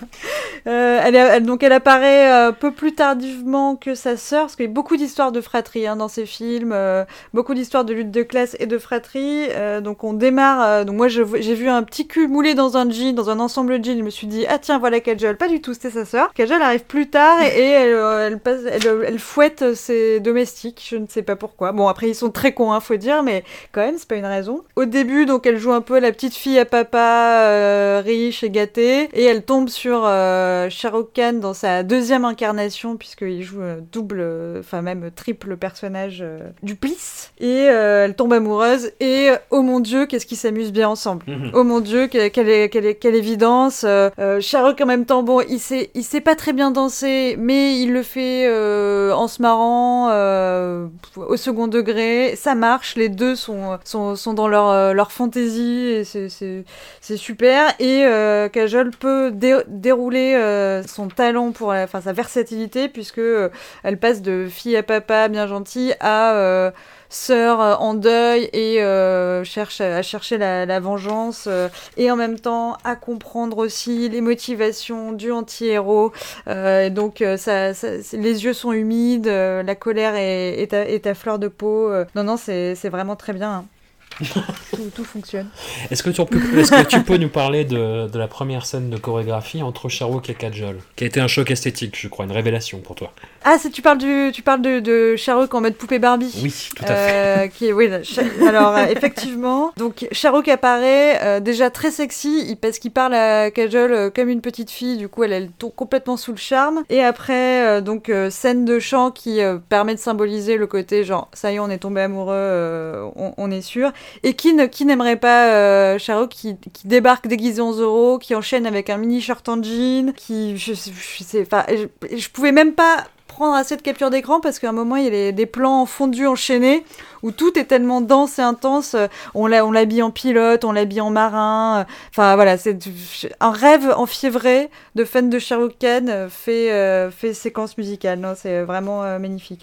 euh, elle, elle, donc elle apparaît un euh, peu plus tardivement que sa sœur, parce qu'il y a beaucoup d'histoires de fratrie hein, dans ces films, euh, beaucoup d'histoires de lutte de classe et de fratrie. Euh, donc on démarre. Euh, donc moi je, j'ai vu un petit cul moulé dans un jean, dans un ensemble jean. Je me suis dit ah tiens voilà Kajol. Pas du tout, c'était sa sœur. Kajol arrive plus tard et, et elle, elle, passe, elle, elle fouette ses domestiques. Je ne sais pas pourquoi. Bon après ils sont très cons, hein, faut dire, mais quand même c'est pas une raison. Au début donc elle joue un peu la petite fille à papa. Euh, riche et gâté et elle tombe sur euh, Shah Rukh Khan dans sa deuxième incarnation puisqu'il joue un double, enfin euh, même triple personnage euh, duplice et euh, elle tombe amoureuse et oh mon dieu qu'est-ce qu'ils s'amusent bien ensemble. Mm-hmm. Oh mon dieu quelle, quelle, quelle, quelle évidence. euh, euh, Shah Rukh en même temps bon il sait, il sait pas très bien danser mais il le fait euh, en se marrant euh, au second degré, ça marche, les deux sont, sont, sont dans leur, euh, leur fantaisie et c'est, c'est C'est super et euh, Kajol peut dé- dérouler euh, son talent pour, enfin sa versatilité puisque euh, elle passe de fille à papa bien gentille à euh, sœur euh, en deuil et euh, cherche à, à chercher la, la vengeance euh, et en même temps à comprendre aussi les motivations du anti-héros. Euh, et donc euh, ça, ça, les yeux sont humides, euh, la colère est, est, à, est à fleur de peau. Euh, non non c'est, c'est vraiment très bien. Hein. tout, tout fonctionne. Est-ce que, tu peux, est-ce que tu peux nous parler de, de la première scène de chorégraphie entre Shah Rukh et Kajol, qui a été un choc esthétique, je crois, une révélation pour toi. Ah, c'est, tu parles, du, tu parles de, de Shah Rukh en mode poupée Barbie. Oui, tout à euh, fait. Qui est, oui, alors euh, effectivement, donc Shah Rukh apparaît euh, déjà très sexy il, parce qu'il parle à Kajol euh, comme une petite fille, du coup elle, elle tombe complètement sous le charme. Et après, euh, donc euh, scène de chant qui euh, permet de symboliser le côté genre ça y est, on est tombé amoureux, euh, on, on est sûr. Et qui, ne, qui n'aimerait pas euh, Shah Rukh qui, qui débarque déguisé en Zorro, qui enchaîne avec un mini short en jean, qui, je, je sais, enfin, je, je pouvais même pas prendre assez de capture d'écran parce qu'à un moment il y a les, des plans fondus enchaînés où tout est tellement dense et intense. On, l'a, on l'habille en pilote, on l'habille en marin. Enfin voilà, c'est un rêve enfiévré de fan de Shah Rukh Khan fait, euh, fait séquence musicale. Non, c'est vraiment euh, magnifique. Hein. Mm.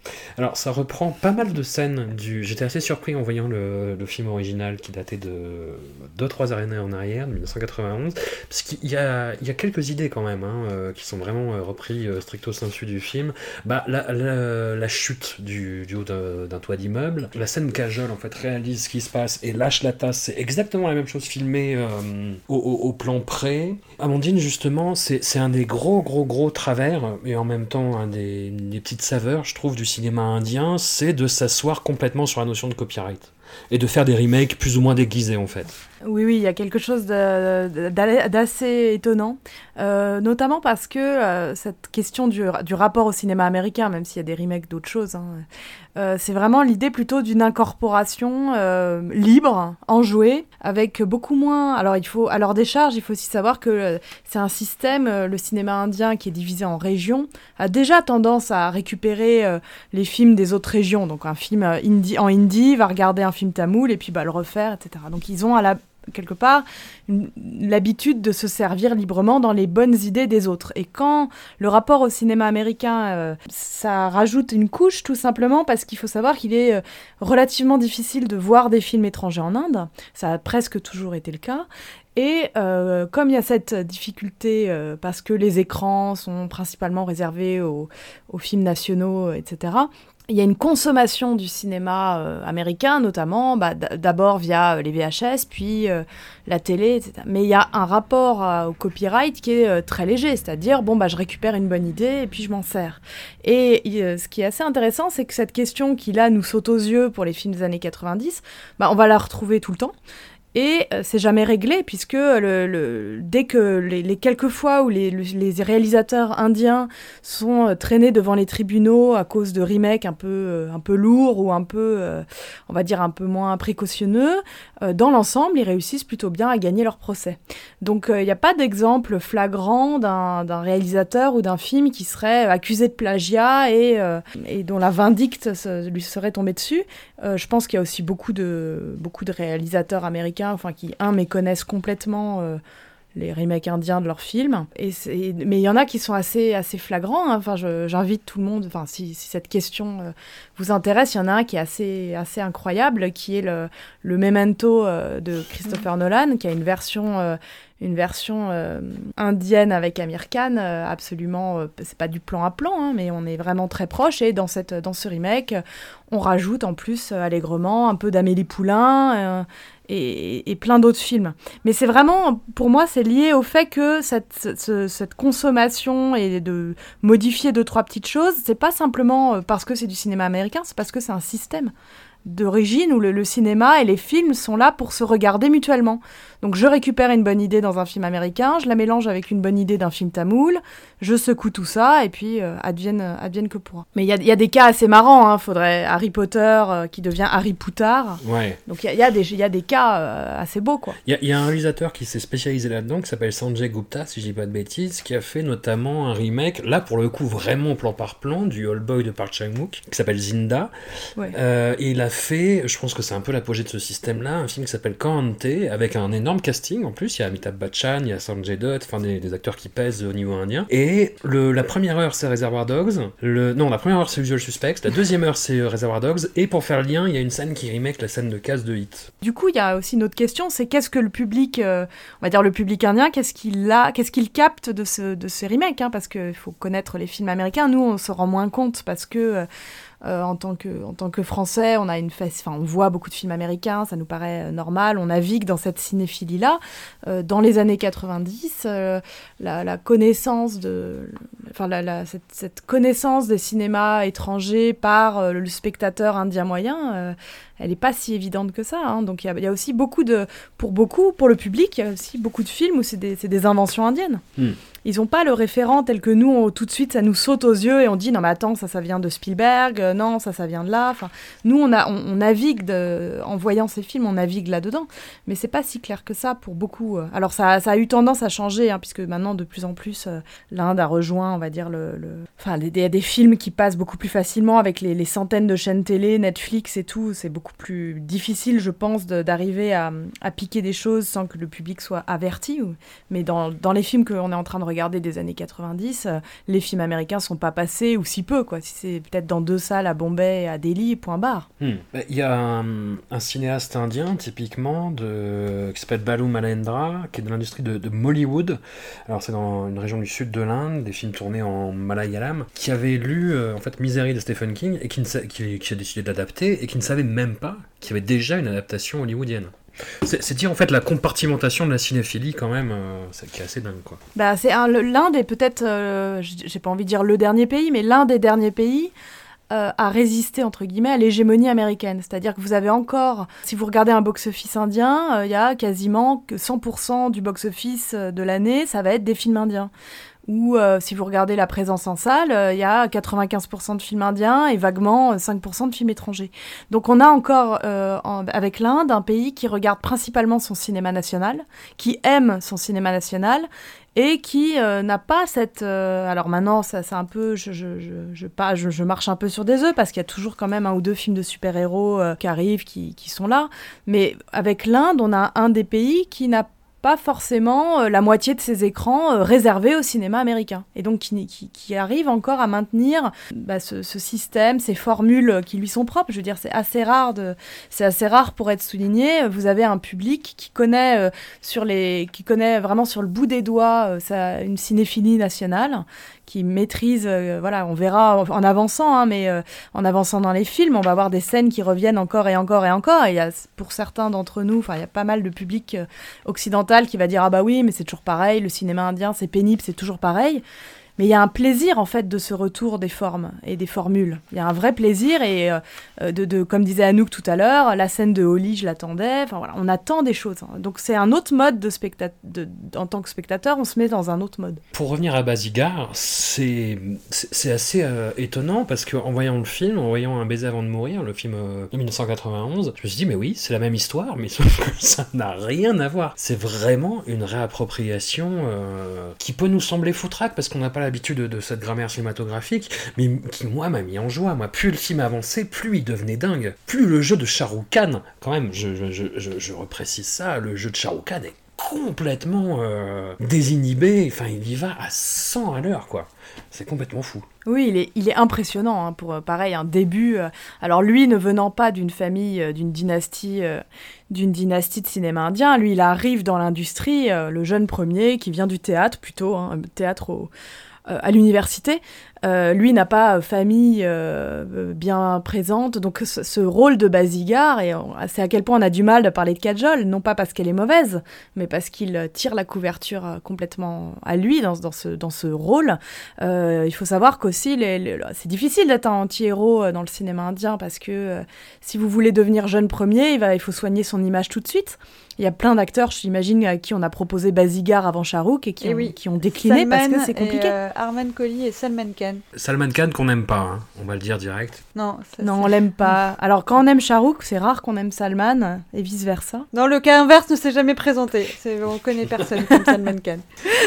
Alors, ça reprend pas mal de scènes du... J'étais assez surpris en voyant le, le film original qui datait de deux trois années en arrière, de dix-neuf cent quatre-vingt-onze, parce qu'il y a, il y a quelques idées quand même, hein, euh, qui sont vraiment euh, repris euh, stricto sensu du film. Bah, la, la, la chute du, du haut d'un, d'un toit d'immeuble, la scène où Kajol, en fait, réalise ce qui se passe et lâche la tasse, c'est exactement la même chose filmée euh, au, au, au plan près. Amandine, justement, c'est, c'est un des gros, gros, gros travers, et en même temps, un des, des petites saveurs, je trouve, du cinéma indien, c'est de s'asseoir complètement sur la notion de copyright et de faire des remakes plus ou moins déguisés en fait. Oui, oui, il y a quelque chose de, de, d'assez étonnant, euh, notamment parce que euh, cette question du, du rapport au cinéma américain, même s'il y a des remakes d'autres choses, hein, euh, c'est vraiment l'idée plutôt d'une incorporation euh, libre, enjouée, avec beaucoup moins... Alors, il faut, à leur décharge, il faut aussi savoir que euh, c'est un système, euh, le cinéma indien qui est divisé en régions, a déjà tendance à récupérer euh, les films des autres régions. Donc, un film euh, hindi, en hindi va regarder un film tamoul et puis bah, le refaire, et cetera. Donc, ils ont à la quelque part une, l'habitude de se servir librement dans les bonnes idées des autres. Et quand le rapport au cinéma américain, euh, ça rajoute une couche tout simplement parce qu'il faut savoir qu'il est euh, relativement difficile de voir des films étrangers en Inde. Ça a presque toujours été le cas. Et euh, comme il y a cette difficulté, euh, parce que les écrans sont principalement réservés aux, aux films nationaux, et cetera, il y a une consommation du cinéma euh, américain, notamment bah, d- d'abord via euh, les V H S, puis euh, la télé, et cetera. Mais il y a un rapport euh, au copyright qui est euh, très léger, c'est-à-dire, bon, bah, je récupère une bonne idée et puis je m'en sers. Et euh, ce qui est assez intéressant, c'est que cette question qui, là, nous saute aux yeux pour les films des années quatre-vingt-dix, bah, on va la retrouver tout le temps. Et euh, c'est jamais réglé, puisque le, le, dès que les, les quelques fois où les, les réalisateurs indiens sont euh, traînés devant les tribunaux à cause de remakes un peu, euh, un peu lourds ou un peu, euh, on va dire, un peu moins précautionneux, euh, dans l'ensemble, ils réussissent plutôt bien à gagner leur procès. Donc il euh, n'y a pas d'exemple flagrant d'un, d'un réalisateur ou d'un film qui serait accusé de plagiat et, euh, et dont la vindicte se, lui serait tombée dessus. Euh, je pense qu'il y a aussi beaucoup de, beaucoup de réalisateurs américains enfin, qui, un, méconnaissent complètement euh, les remakes indiens de leurs films. Et c'est, mais il y en a qui sont assez, assez flagrants. Hein. Enfin, je, j'invite tout le monde, enfin, si, si cette question euh, vous intéresse, il y en a un qui est assez, assez incroyable, qui est le, le Memento euh, de Christopher Nolan, qui a une version... Euh, une version euh, indienne avec Amir Khan, euh, absolument, euh, c'est pas du plan à plan, hein, mais on est vraiment très proche, et dans, cette, dans ce remake, on rajoute en plus euh, allègrement un peu d'Amélie Poulain euh, et, et plein d'autres films. Mais c'est vraiment, pour moi, c'est lié au fait que cette, cette, cette consommation et de modifier deux, trois petites choses, c'est pas simplement parce que c'est du cinéma américain, c'est parce que c'est un système d'origine où le, le cinéma et les films sont là pour se regarder mutuellement. Donc je récupère une bonne idée dans un film américain, je la mélange avec une bonne idée d'un film tamoul, je secoue tout ça et puis euh, advienne, advienne que pourra. Mais il y, y a des cas assez marrants, hein. Faudrait Harry Potter euh, qui devient Harry Poutard. Ouais. Donc il y, y, y a des cas euh, assez beaux, quoi. Il y, y a un réalisateur qui s'est spécialisé là-dedans qui s'appelle Sanjay Gupta, si je dis pas de bêtises, qui a fait notamment un remake, là pour le coup vraiment plan par plan, du Old Boy de Park Chan-wook, qui s'appelle Zinda. Ouais. Euh, et il a fait, je pense que c'est un peu l'apogée de ce système-là, un film qui s'appelle Kante, avec un énorme casting en plus. Il y a Amitabh Bachchan, il y a Sanjay Dutt, enfin des, des acteurs qui pèsent au niveau indien. Et le, la première heure c'est Reservoir Dogs, le, non la première heure c'est Usual Suspects, la deuxième heure c'est Reservoir Dogs, et pour faire lien, il y a une scène qui remake la scène de casse de Hit. Du coup, il y a aussi une autre question, c'est qu'est-ce que le public, euh, on va dire le public indien, qu'est-ce qu'il a, qu'est-ce qu'il capte de, ce, de ces remakes, hein, parce qu'il faut connaître les films américains. Nous, on se rend moins compte parce que euh, Euh, en tant que en tant que Français, on a une face, enfin on voit beaucoup de films américains, ça nous paraît euh, normal, on navigue dans cette cinéphilie là. Euh, dans les années quatre-vingt-dix, euh, la, la connaissance de, enfin la, la cette, cette connaissance des cinémas étrangers par euh, le spectateur indien moyen, euh, elle n'est pas si évidente que ça. Hein. Donc il y, y a aussi beaucoup de, pour beaucoup, pour le public, il y a aussi beaucoup de films où c'est des, c'est des inventions indiennes. Mm. Ils n'ont pas le référent tel que nous, on, tout de suite, ça nous saute aux yeux et on dit « Non, mais attends, ça, ça vient de Spielberg. Euh, non, ça, ça vient de là. » Enfin, nous, on, a, on, on navigue, de, en voyant ces films, on navigue là-dedans. Mais c'est pas si clair que ça pour beaucoup. Alors, ça, ça a eu tendance à changer, hein, puisque maintenant, de plus en plus, euh, l'Inde a rejoint, on va dire, le... le... Enfin, il y a des films qui passent beaucoup plus facilement avec les, les centaines de chaînes télé, Netflix et tout. C'est beaucoup plus difficile, je pense, de, d'arriver à, à piquer des choses sans que le public soit averti. Ou... Mais dans, dans les films qu'on est en train de regarder, regardez des années quatre-vingt-dix, euh, les films américains sont pas passés, ou si peu, quoi. Si c'est peut-être dans deux salles à Bombay, à Delhi, point barre. Hmm. Il y a un, un cinéaste indien, typiquement, de, qui s'appelle Balu Mahendra, qui est de l'industrie de, de Mollywood. Alors, c'est dans une région du sud de l'Inde, des films tournés en malayalam, qui avait lu, euh, en fait, Misery de Stephen King, et qui, ne sa- qui, qui a décidé d'adapter, et qui ne savait même pas qu'il y avait déjà une adaptation hollywoodienne. C'est, c'est dire en fait la compartimentation de la cinéphilie quand même, euh, c'est qui est assez dingue quoi. Bah, c'est un, le- l'un des peut-être, euh, j- j'ai pas envie de dire le dernier pays, mais l'un des derniers pays euh, à résister entre guillemets à l'hégémonie américaine. C'est-à-dire que vous avez encore, si vous regardez un box-office indien, il euh, y a quasiment que cent pour cent du box-office de l'année, ça va être des films indiens. Ou euh, si vous regardez la présence en salle, il euh, y a quatre-vingt-quinze pour cent de films indiens et vaguement euh, cinq pour cent de films étrangers. Donc on a encore, euh, en, avec l'Inde, un pays qui regarde principalement son cinéma national, qui aime son cinéma national et qui euh, n'a pas cette... euh, alors maintenant, ça, c'est un peu... Je, je, je, je, pas, je, je marche un peu sur des œufs parce qu'il y a toujours quand même un ou deux films de super-héros euh, qui arrivent, qui, qui sont là. Mais avec l'Inde, on a un des pays qui n'a pas forcément euh, la moitié de ses écrans euh, réservés au cinéma américain. Et donc qui, qui, qui arrive encore à maintenir bah, ce, ce système, ces formules qui lui sont propres. Je veux dire, c'est assez rare, de, c'est assez rare pour être souligné. Vous avez un public qui connaît, euh, sur les, qui connaît vraiment sur le bout des doigts euh, ça, une cinéphilie nationale, qui maîtrise, euh, voilà, on verra en, en avançant, hein, mais euh, en avançant dans les films, on va avoir des scènes qui reviennent encore et encore et encore. Et il y a, pour certains d'entre nous, enfin, il y a pas mal de public euh, occidental qui va dire « Ah bah oui, mais c'est toujours pareil, le cinéma indien, c'est pénible, c'est toujours pareil ». Mais il y a un plaisir, en fait, de ce retour des formes et des formules. Il y a un vrai plaisir, et euh, de, de, comme disait Anouk tout à l'heure, la scène de Holly, je l'attendais. Enfin, voilà, on attend des choses. Donc c'est un autre mode de spectat- de, en tant que spectateur, on se met dans un autre mode. Pour revenir à Bazigar, c'est, c'est, c'est assez euh, étonnant, parce qu'en voyant le film, en voyant Un baiser avant de mourir, le film euh, de dix-neuf cent quatre-vingt-onze, je me suis dit, mais oui, c'est la même histoire, mais sauf que ça n'a rien à voir. C'est vraiment une réappropriation euh, qui peut nous sembler foutraque, parce qu'on n'a pas l'habitude de, de cette grammaire cinématographique, mais qui, moi, m'a mis en joie. Moi, plus le film avançait, plus il devenait dingue. Plus le jeu de Shah Rukh Khan, quand même, je, je, je, je, je reprécise ça, le jeu de Shah Rukh Khan est complètement euh, désinhibé, enfin, il y va à cent à l'heure, quoi. C'est complètement fou. Oui, il est, il est impressionnant, hein, pour, pareil, un début. Euh, alors lui, ne venant pas d'une famille, euh, d'une dynastie, euh, d'une dynastie de cinéma indien, lui, il arrive dans l'industrie, euh, le jeune premier, qui vient du théâtre, plutôt, hein, théâtre au... à l'université. Euh, lui n'a pas famille euh, bien présente, donc ce, ce rôle de Bazigar, et on, c'est à quel point on a du mal de parler de Kajol, non pas parce qu'elle est mauvaise, mais parce qu'il tire la couverture complètement à lui dans, dans, ce, dans ce rôle. Euh, il faut savoir qu'aussi, les, les, c'est difficile d'être un anti-héros dans le cinéma indien, parce que euh, si vous voulez devenir jeune premier, il, va, il faut soigner son image tout de suite. Il y a plein d'acteurs, j'imagine, à qui on a proposé Bazigar avant Shah Rukh, et qui, et ont, oui. qui ont décliné Salman parce que c'est compliqué. Et, euh, Arman Kohli et Salman Khan. Salman Khan qu'on n'aime pas, hein, on va le dire direct. Non, ça, non c'est... on l'aime pas. Alors quand on aime Shah Rukh, c'est rare qu'on aime Salman, et vice-versa. Non, le cas inverse ne s'est jamais présenté. C'est... On connaît personne comme Salman Khan.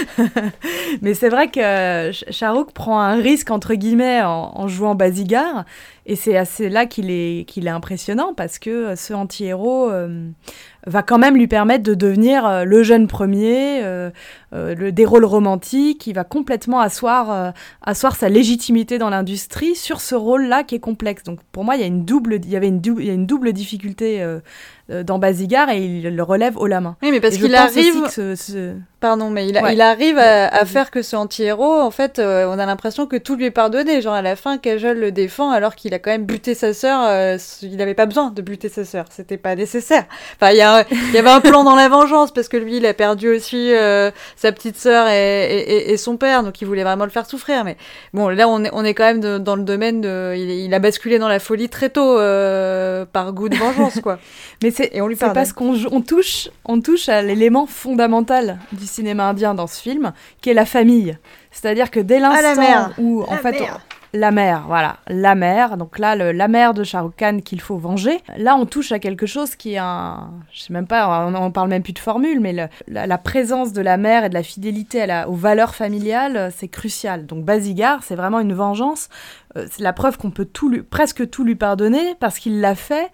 Mais c'est vrai que Shah Rukh prend un risque, entre guillemets, en, en jouant Bazigar, et c'est assez là qu'il est, qu'il est impressionnant, parce que ce anti-héros euh, va quand même lui permettre de devenir euh, le jeune premier, euh, euh, le, des rôles romantiques. Il va complètement asseoir, euh, asseoir sa légitimité dans l'industrie sur ce rôle-là qui est complexe. Donc pour moi, il y a une double, il y avait une, dou- il y a une double difficulté euh, euh, dans Bazigar, et il le relève haut la main. Oui, mais parce et qu'il je pense arrive... aussi que ce, ce... Pardon, mais il, a, ouais. il arrive à, à faire que ce anti-héros, en fait, euh, on a l'impression que tout lui est pardonné. Genre, à la fin, Kajol le défend alors qu'il a quand même buté sa sœur. Euh, il n'avait pas besoin de buter sa sœur. C'était pas nécessaire. Enfin, il y, a, il y avait un plan dans la vengeance, parce que lui, il a perdu aussi euh, sa petite sœur et, et, et son père, donc il voulait vraiment le faire souffrir. Mais bon, là, on est, on est quand même de, dans le domaine de... Il, il a basculé dans la folie très tôt, euh, par goût de vengeance, quoi. Mais c'est, et on lui c'est pardonne. parce qu'on on touche, on touche à l'élément fondamental du cinéma indien dans ce film, qui est la famille. C'est-à-dire que dès l'instant ah, la mère. où, en la fait, mère. On, la mère, voilà, la mère. Donc là, le, la mère de Shah Rukh Khan qu'il faut venger. Là, on touche à quelque chose qui est un, je sais même pas, on, on parle même plus de formule, mais le, la, la présence de la mère et de la fidélité à la, aux valeurs familiales, c'est crucial. Donc Bazigar, c'est vraiment une vengeance. Euh, c'est la preuve qu'on peut tout lui, presque tout lui pardonner, parce qu'il l'a fait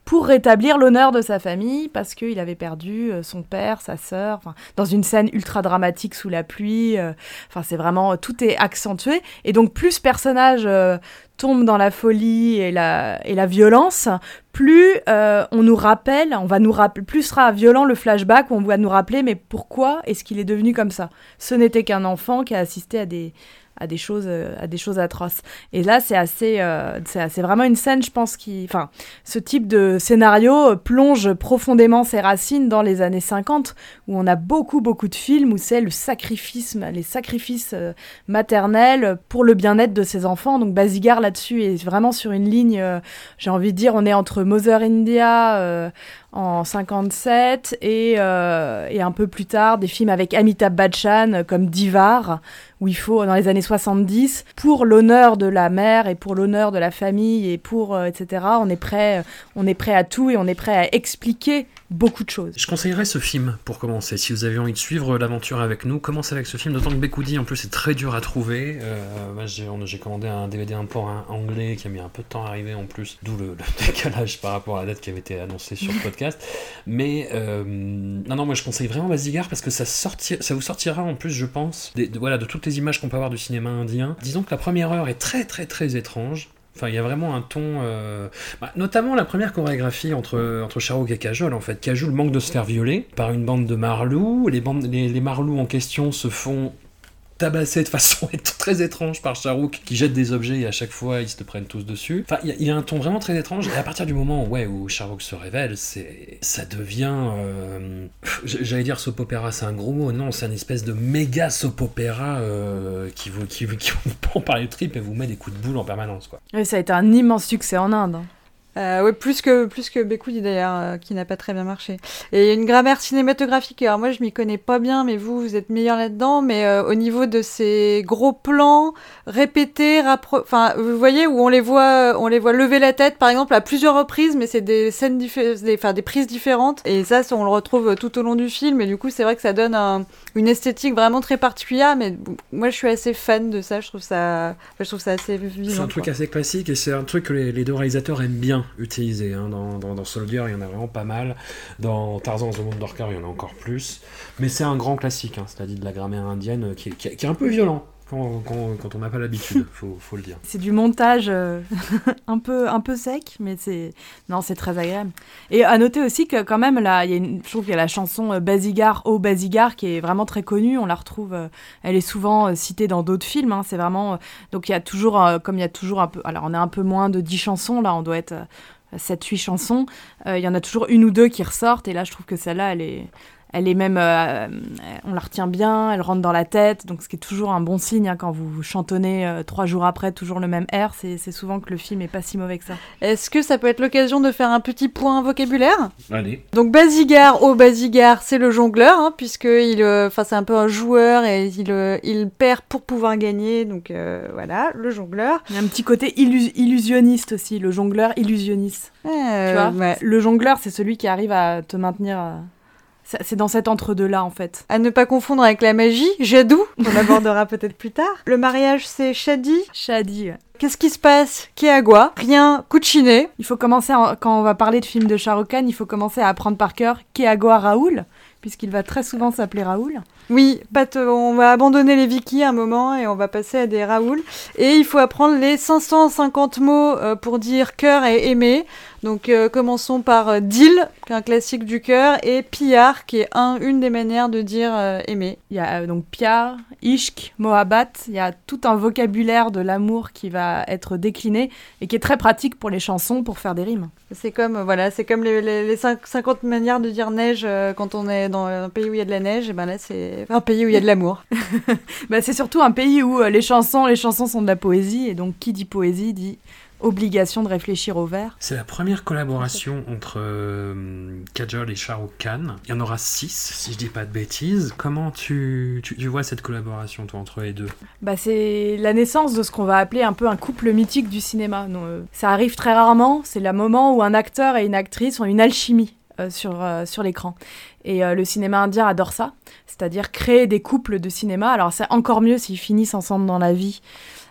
pour rétablir l'honneur de sa famille, parce qu'il avait perdu euh, son père, sa sœur, dans une scène ultra dramatique sous la pluie. Enfin, euh, c'est vraiment, tout est accentué. Et donc, plus ce personnage euh, tombe dans la folie et la, et la violence, plus euh, on nous rappelle, on va nous rappeler, plus sera violent le flashback où on va nous rappeler, mais pourquoi est-ce qu'il est devenu comme ça ? Ce n'était qu'un enfant qui a assisté à des... à des choses à des choses atroces. Et là c'est assez euh, c'est, c'est vraiment une scène, je pense, qui enfin ce type de scénario plonge profondément ses racines dans les années cinquante, où on a beaucoup beaucoup de films où c'est le sacrifice les sacrifices euh, maternels pour le bien-être de ses enfants. Donc Basigar là-dessus est vraiment sur une ligne, euh, j'ai envie de dire, on est entre Mother India euh, en cinquante-sept et, euh, et un peu plus tard des films avec Amitabh Bachchan comme Divar, où il faut, dans les années soixante-dix, pour l'honneur de la mère et pour l'honneur de la famille et pour, euh, et cetera, on est prêt, on est prêt à tout et on est prêt à expliquer beaucoup de choses. Je conseillerais ce film pour commencer. Si vous avez envie de suivre l'aventure avec nous, commencez avec ce film, d'autant que Bekoudi en plus c'est très dur à trouver. Euh, bah, j'ai, on, j'ai commandé un D V D import hein, anglais qui a mis un peu de temps à arriver en plus, d'où le, le décalage par rapport à la date qui avait été annoncée sur le podcast. Mais euh, non non moi je conseille vraiment Basigar parce que ça, sorti, ça vous sortira en plus je pense des, de, voilà, de toutes les images qu'on peut avoir du cinéma indien. Disons que la première heure est très très très étrange. Enfin, il y a vraiment un ton... Euh... Bah, notamment la première chorégraphie entre, entre Shahrukh et Kajol, en fait. Kajol manque de se faire violer par une bande de marlous. Les, bandes, les, les marlous en question se font tabasser de façon très étrange par Shahrukh, qui jette des objets et à chaque fois, ils se prennent tous dessus. Enfin, il y, y a un ton vraiment très étrange. Et à partir du moment ouais, où Shahrukh se révèle, c'est, ça devient... Euh... J'allais dire soap opéra, c'est un gros mot. Non, c'est une espèce de méga soap opéra euh, qui, vous, qui, qui vous prend par les tripes et vous met des coups de boule en permanence, quoi. Oui, ça a été un immense succès en Inde. Hein. Euh, ouais, plus que, plus que Bekoudi d'ailleurs, euh, qui n'a pas très bien marché. Et une grammaire cinématographique, alors moi je m'y connais pas bien, mais vous, vous êtes meilleur là-dedans, mais euh, au niveau de ces gros plans répétés, rappro- enfin, vous voyez, où on les voit, on les voit lever la tête, par exemple, à plusieurs reprises, mais c'est des scènes diffé- des, enfin, des prises différentes, et ça, on le retrouve tout au long du film, et du coup, c'est vrai que ça donne un, une esthétique vraiment très particulière, mais moi je suis assez fan de ça, je trouve ça, je trouve ça assez vivant. C'est un truc quoi. assez classique, et c'est un truc que les, les deux réalisateurs aiment bien utilisé. Hein. Dans, dans, dans Soldier, il y en a vraiment pas mal. Dans Tarzan The Wonder Car, il y en a encore plus. Mais c'est un grand classique, hein, c'est-à-dire de la grammaire indienne qui est, qui est, qui est un peu violent. Quand, quand, quand on n'a pas l'habitude, faut, faut le dire. C'est du montage euh, un peu un peu sec, mais c'est non, c'est très agréable. Et à noter aussi que quand même là, il y a une, je trouve qu'il y a la chanson euh, Basigar, oh Basigar, qui est vraiment très connue. On la retrouve, euh, elle est souvent euh, citée dans d'autres films. Hein, c'est vraiment euh, donc il y a toujours, euh, comme il y a toujours un peu, alors on est un peu moins de dix chansons là, on doit être euh, sept huit chansons. Il euh, y en a toujours une ou deux qui ressortent, et là je trouve que celle-là, elle est Elle est même, euh, on la retient bien, elle rentre dans la tête, donc ce qui est toujours un bon signe hein, quand vous chantonnez euh, trois jours après toujours le même air, c'est, c'est souvent que le film est pas si mauvais que ça. Est-ce que ça peut être l'occasion de faire un petit point vocabulaire ? Allez. Donc Basigar, oh Basigar, c'est le jongleur, hein, puisque il, enfin euh, c'est un peu un joueur et il, euh, il perd pour pouvoir gagner, donc euh, voilà, le jongleur. Il y a un petit côté illu- illusionniste aussi, le jongleur illusionniste. Euh, tu vois ouais. Le jongleur, c'est celui qui arrive à te maintenir. Euh... C'est dans cet entre-deux-là, en fait. À ne pas confondre avec la magie, Jadou, qu'on abordera peut-être plus tard. Le mariage, c'est Shadi. Shadi, ouais. Qu'est-ce qui se passe ? Keagua, rien, Kuchine. Il faut commencer, à, quand on va parler de films de Shah Rukh Khan, il faut commencer à apprendre par cœur Keagua Raoul, puisqu'il va très souvent s'appeler Raoul. Oui, pas te, on va abandonner les Vikis un moment et on va passer à des Raoul. Et il faut apprendre les cinq cent cinquante mots euh, pour dire cœur et aimer. Donc euh, commençons par euh, Dil, qui est un classique du cœur, et Piyar, qui est un, une des manières de dire euh, aimer. Il y a euh, donc Piyar, Ishq, Mohabbat, il y a tout un vocabulaire de l'amour qui va être décliné et qui est très pratique pour les chansons, pour faire des rimes. C'est comme, euh, voilà, c'est comme les, les, les cinquante manières de dire neige euh, quand on est dans un pays où il y a de la neige, et ben là c'est un pays où il y a de l'amour. Bah, c'est surtout un pays où euh, les chansons, les chansons sont de la poésie, et donc qui dit poésie dit obligation de réfléchir au vers. C'est la première collaboration entre euh, Kajol et Shah Rukh Khan. Il y en aura six, si je dis pas de bêtises. Comment tu, tu, tu vois cette collaboration, toi, entre les deux ? Bah, c'est la naissance de ce qu'on va appeler un peu un couple mythique du cinéma. Donc, euh, ça arrive très rarement, c'est le moment où un acteur et une actrice ont une alchimie euh, sur, euh, sur l'écran. Et euh, le cinéma indien adore ça, c'est-à-dire créer des couples de cinéma. Alors c'est encore mieux s'ils finissent ensemble dans la vie,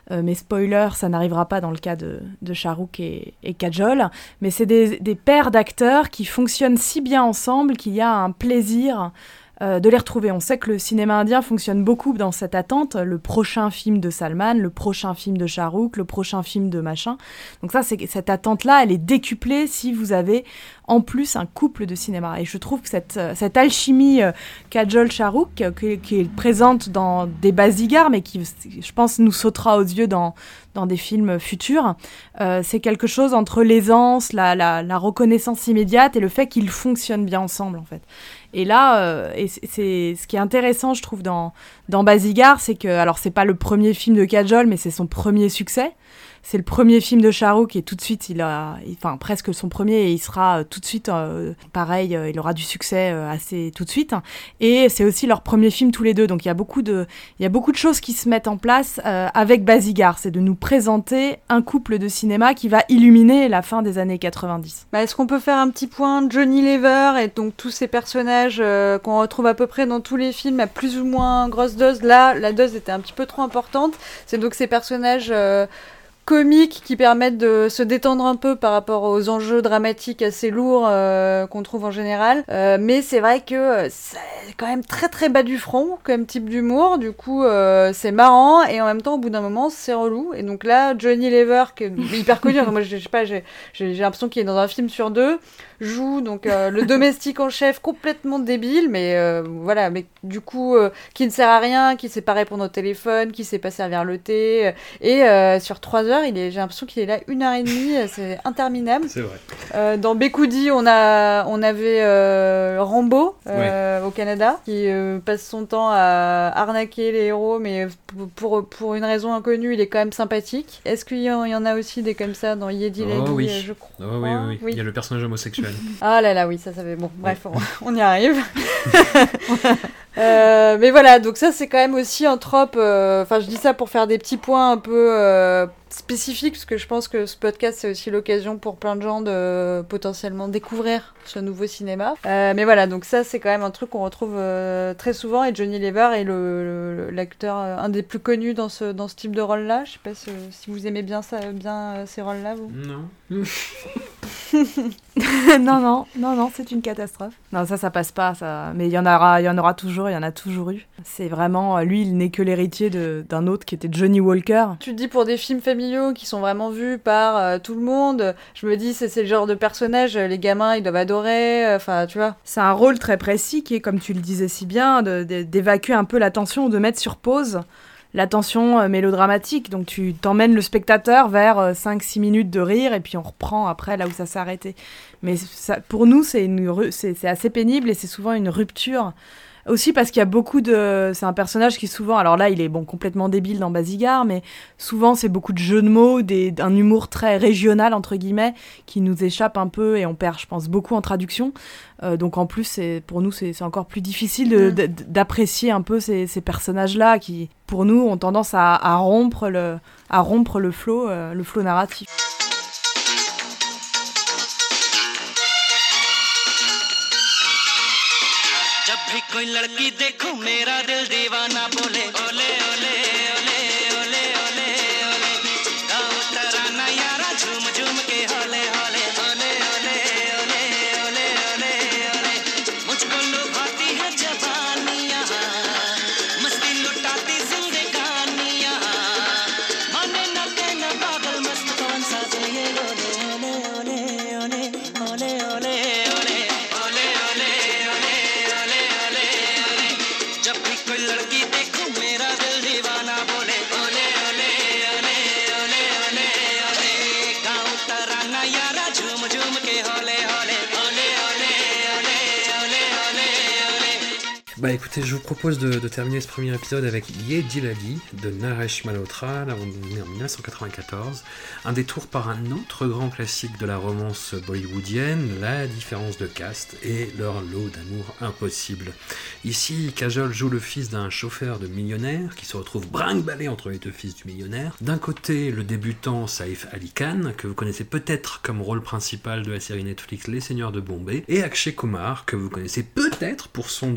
Euh, mais spoiler, ça n'arrivera pas dans le cas de, de Shah Rukh et, et Kajol. Mais c'est des, des paires d'acteurs qui fonctionnent si bien ensemble qu'il y a un plaisir euh, de les retrouver. On sait que le cinéma indien fonctionne beaucoup dans cette attente. Le prochain film de Salman, le prochain film de Shah Rukh, le prochain film de machin. Donc ça, c'est, cette attente-là, elle est décuplée si vous avez en plus un couple de cinéma. Et je trouve que cette, cette alchimie euh, Kajol-Shah Rukh, euh, qui, qui est présente dans des Bazigar, mais qui, je pense, nous sautera aux yeux dans, dans des films futurs, euh, c'est quelque chose entre l'aisance, la, la, la reconnaissance immédiate et le fait qu'ils fonctionnent bien ensemble, en fait. Et là, euh, et c'est, c'est, ce qui est intéressant, je trouve, dans, dans Bazigar, c'est que, alors c'est pas le premier film de Kajol, mais c'est son premier succès. C'est le premier film de Shah Rukh et tout de suite, il a, enfin presque son premier, et il sera tout de suite, euh, pareil, euh, il aura du succès euh, assez tout de suite. Et c'est aussi leur premier film tous les deux, donc il y a beaucoup de, il y a beaucoup de choses qui se mettent en place euh, avec Bazigar. C'est de nous présenter un couple de cinéma qui va illuminer la fin des années quatre-vingt-dix. Bah, est-ce qu'on peut faire un petit point de Johnny Lever et donc tous ces personnages euh, qu'on retrouve à peu près dans tous les films à plus ou moins grosse dose. Là, la dose était un petit peu trop importante. C'est donc ces personnages euh, comiques qui permettent de se détendre un peu par rapport aux enjeux dramatiques assez lourds euh, qu'on trouve en général. Euh, mais c'est vrai que c'est quand même très très bas du front comme type d'humour. Du coup, euh, c'est marrant et en même temps, au bout d'un moment, c'est relou. Et donc là, Johnny Lever, qui est hyper connu, moi je, je sais pas, j'ai, j'ai, j'ai l'impression qu'il est dans un film sur deux, joue donc euh, le domestique en chef complètement débile, mais euh, voilà, mais du coup, euh, qui ne sert à rien, qui sait pas répondre au téléphone, qui sait pas servir le thé. Et euh, sur trois heures, il est, j'ai l'impression qu'il est là une heure et demie, c'est interminable. C'est vrai. Euh, dans Bekoudi, on, a, on avait euh, Rambo euh, ouais. au Canada, qui euh, passe son temps à arnaquer les héros, mais pour, pour une raison inconnue, il est quand même sympathique. Est-ce qu'il y en, il y en a aussi des comme ça dans Yedi oh, Lady, oui. je crois oh, oui, oui, oui, oui. Il y a le personnage homosexuel. Ah là là, oui, ça, ça fait... Bon, bref, on, on y arrive. euh, mais voilà, donc ça, c'est quand même aussi un trope... Enfin, euh, je dis ça pour faire des petits points un peu... Euh, spécifique, parce que je pense que ce podcast, c'est aussi l'occasion pour plein de gens de potentiellement découvrir ce nouveau cinéma. Euh, mais voilà, donc ça, c'est quand même un truc qu'on retrouve euh, très souvent, et Johnny Lever est le, le, l'acteur, euh, un des plus connus dans ce, dans ce type de rôle-là. Je sais pas si, si vous aimez bien, ça, bien euh, ces rôles-là, vous. Non. non, non, non, non, c'est une catastrophe. Non, ça, ça passe pas, ça. Mais il y en aura, il y en aura toujours, il y en a toujours eu. C'est vraiment, lui, il n'est que l'héritier de, d'un autre qui était Johnny Walker. Tu te dis pour des films familiaux qui sont vraiment vus par euh, tout le monde, je me dis c'est, c'est le genre de personnage, les gamins, ils doivent adorer, enfin, euh, tu vois. C'est un rôle très précis qui est, comme tu le disais si bien, de, de, d'évacuer un peu la tension, de mettre sur pause la tension euh, mélodramatique. Donc tu t'emmènes le spectateur vers euh, cinq six minutes de rire et puis on reprend après là où ça s'est arrêté. Mais ça, pour nous, c'est, une, c'est, c'est assez pénible et c'est souvent une rupture. Aussi parce qu'il y a beaucoup de... C'est un personnage qui souvent... Alors là, il est bon complètement débile dans Bazigar, mais souvent, c'est beaucoup de jeux de mots, des, un humour très régional, entre guillemets, qui nous échappe un peu et on perd, je pense, beaucoup en traduction. Euh, donc en plus, c'est, pour nous, c'est, c'est encore plus difficile de, mmh. de, d'apprécier un peu ces, ces personnages-là qui, pour nous, ont tendance à, à rompre le, à rompre le flow, euh, le flow narratif. कोई लड़की देखो मेरा दिल दीवाना बोले ओले ओले ओले ओले ओले ओले गाओ तराना यारा झूम झूम के होले होले ओले ओले ओले ओले ओले ओले मुझको लुभाती है जवानियां मस्ती लुटाती जिंदगानियां माने न के न पागल मस्त कौन सा दे ये ओले ओले ओले ओले ओले ओले लड़की देखो मेरा दिल दीवाना बोले ओले ओले ओले ओले ओले ओले गाँव तराना यारा झूम झूम के होले होले ओले ओले ओले ओले ओले ओले. Bah écoutez, je vous propose de, de terminer ce premier épisode avec Ye Dilali de Naresh Malhotra, là on est en dix-neuf cent quatre-vingt-quatorze, un détour par un autre grand classique de la romance bollywoodienne, la différence de caste et leur lot d'amour impossible. Ici, Kajol joue le fils d'un chauffeur de millionnaire qui se retrouve brinque-ballé entre les deux fils du millionnaire. D'un côté, le débutant Saif Ali Khan, que vous connaissez peut-être comme rôle principal de la série Netflix Les Seigneurs de Bombay, et Akshay Kumar, que vous connaissez peut-être pour son duo assez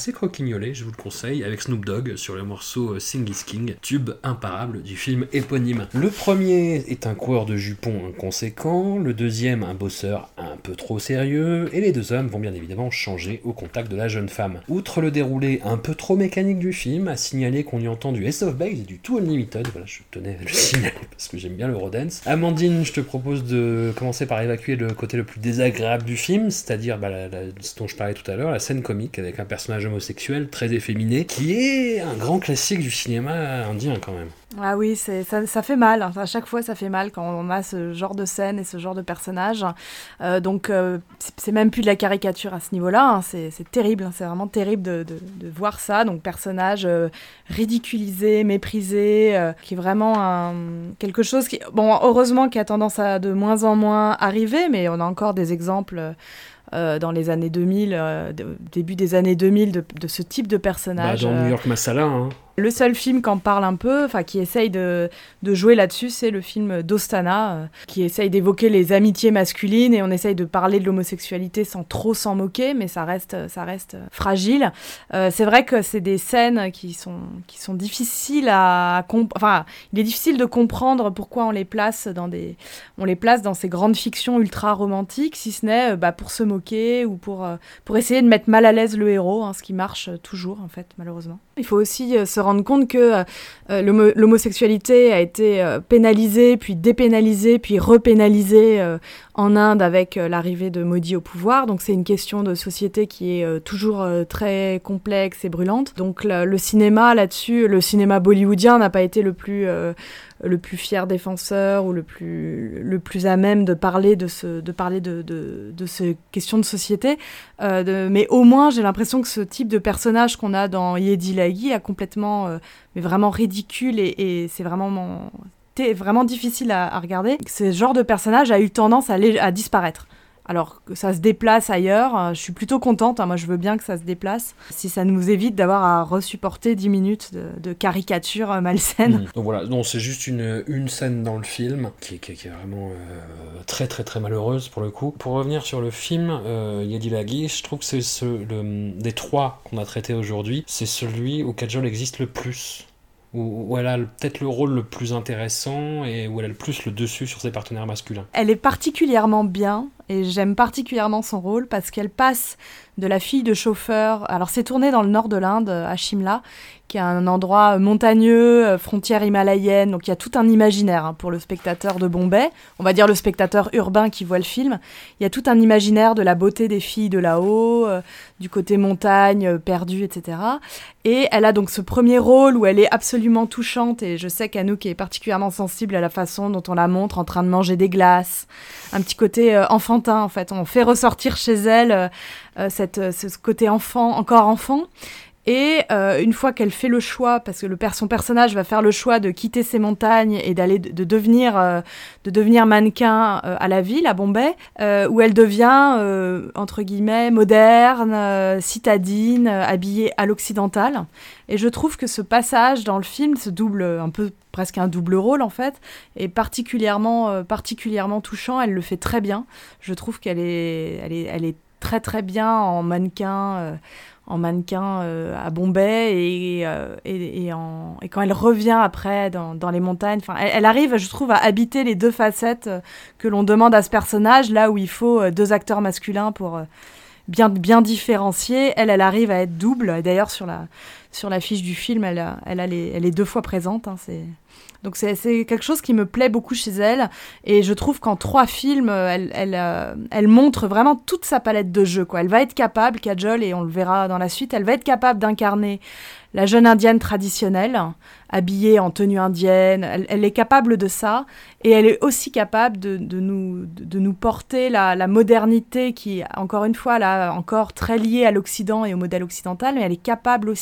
assez croquignolé, je vous le conseille, avec Snoop Dogg sur le morceau Sing is King, tube imparable du film éponyme. Le premier est un coureur de jupons inconséquent, le deuxième un bosseur un peu trop sérieux, et les deux hommes vont bien évidemment changer au contact de la jeune femme. Outre le déroulé un peu trop mécanique du film, à signaler qu'on y entend du Ace of Base et du Too Unlimited, voilà, je tenais à le signaler parce que j'aime bien l'Eurodance. Amandine, je te propose de commencer par évacuer le côté le plus désagréable du film, c'est-à-dire bah, la, la, ce dont je parlais tout à l'heure, la scène comique avec un personnage homosexuel très efféminé, qui est un grand classique du cinéma indien quand même. Ah oui, c'est, ça, ça fait mal. À chaque fois, ça fait mal quand on a ce genre de scène et ce genre de personnage. Euh, donc, euh, c'est, c'est même plus de la caricature à ce niveau-là. Hein. C'est, c'est terrible. Hein. C'est vraiment terrible de, de, de voir ça. Donc, personnage euh, ridiculisé, méprisé, euh, qui est vraiment un, quelque chose qui, bon, heureusement, qui a tendance à de moins en moins arriver, mais on a encore des exemples. Euh, dans les années deux mille, euh, début des années deux mille, de, de ce type de personnage. Bah, dans euh, New York Masala, hein. Le seul film qui en parle un peu, enfin qui essaye de, de jouer là-dessus, c'est le film d'Ostana, euh, qui essaye d'évoquer les amitiés masculines et on essaye de parler de l'homosexualité sans trop s'en moquer, mais ça reste, ça reste fragile. Euh, c'est vrai que c'est des scènes qui sont, qui sont difficiles à... Comp- enfin, il est difficile de comprendre pourquoi on les place dans, des, on les place dans ces grandes fictions ultra romantiques, si ce n'est euh, bah, pour se moquer ou pour, euh, pour essayer de mettre mal à l'aise le héros, hein, ce qui marche toujours, en fait, malheureusement. Il faut aussi euh, se rendre compte que euh, l'homo- l'homosexualité a été euh, pénalisée, puis dépénalisée, puis repénalisée euh, en Inde avec euh, l'arrivée de Modi au pouvoir. Donc c'est une question de société qui est euh, toujours euh, très complexe et brûlante. Donc le, le cinéma là-dessus, le cinéma bollywoodien n'a pas été le plus... Euh, le plus fier défenseur ou le plus, le plus à même de parler de, ce, de, parler de, de, de ces questions de société. Euh, de, mais au moins, j'ai l'impression que ce type de personnage qu'on a dans Yedi Lagi a complètement, euh, mais vraiment ridicule et, et c'est vraiment, mon, vraiment difficile à, à regarder. Ce genre de personnage a eu tendance à, aller, à disparaître. Alors que ça se déplace ailleurs, je suis plutôt contente, hein, moi je veux bien que ça se déplace, si ça nous évite d'avoir à resupporter dix minutes de, de caricature malsaine. Mmh. Donc voilà, non, c'est juste une, une scène dans le film qui est, qui est, qui est vraiment euh, très très très malheureuse pour le coup. Pour revenir sur le film, euh, Yedi Lagi, je trouve que c'est ce, le, des trois qu'on a traités aujourd'hui, c'est celui où Kajol existe le plus. Où, où elle a peut-être le rôle le plus intéressant et où elle a le plus le dessus sur ses partenaires masculins. Elle est particulièrement bien et j'aime particulièrement son rôle parce qu'elle passe de la fille de chauffeur. Alors c'est tourné dans le nord de l'Inde, à Shimla, qui est un endroit montagneux, frontière himalayenne, donc il y a tout un imaginaire hein, pour le spectateur de Bombay, on va dire le spectateur urbain qui voit le film. Il y a tout un imaginaire de la beauté des filles de là-haut, euh, du côté montagne, euh, perdu, et cetera. Et elle a donc ce premier rôle où elle est absolument touchante, et je sais qu'Anouk est particulièrement sensible à la façon dont on la montre en train de manger des glaces, un petit côté euh, enfantin en fait. On fait ressortir chez elle euh, euh, cette, ce côté enfant, encore enfant. Et euh, une fois qu'elle fait le choix, parce que le per- son personnage va faire le choix de quitter ses montagnes et d'aller de, de devenir euh, de devenir mannequin euh, à la ville, à Bombay, euh, où elle devient euh, entre guillemets moderne, euh, citadine, euh, habillée à l'occidental. Et je trouve que ce passage dans le film, ce double, un peu presque un double rôle en fait, est particulièrement euh, particulièrement touchant. Elle le fait très bien. Je trouve qu'elle est elle est elle est très très bien en mannequin. Euh, en mannequin euh, à Bombay et, euh, et, et, en, et quand elle revient après dans, dans les montagnes, elle, elle arrive, je trouve, à habiter les deux facettes euh, que l'on demande à ce personnage, là où il faut euh, deux acteurs masculins pour euh, bien, bien différencier. Elle, elle arrive à être double, et d'ailleurs sur la, sur la fiche du film, elle, a, elle, a les, elle est deux fois présente, hein, c'est... Donc c'est, c'est quelque chose qui me plaît beaucoup chez elle, et je trouve qu'en trois films, elle, elle, euh, elle montre vraiment toute sa palette de jeux, quoi. Elle va être capable, Kajol, et on le verra dans la suite, elle va être capable d'incarner la jeune indienne traditionnelle, habillée en tenue indienne, elle, elle est capable de ça, et elle est aussi capable de, de, nous, de, de nous porter la, la modernité qui, encore une fois, là, encore très liée à l'Occident et au modèle occidental, mais elle est capable aussi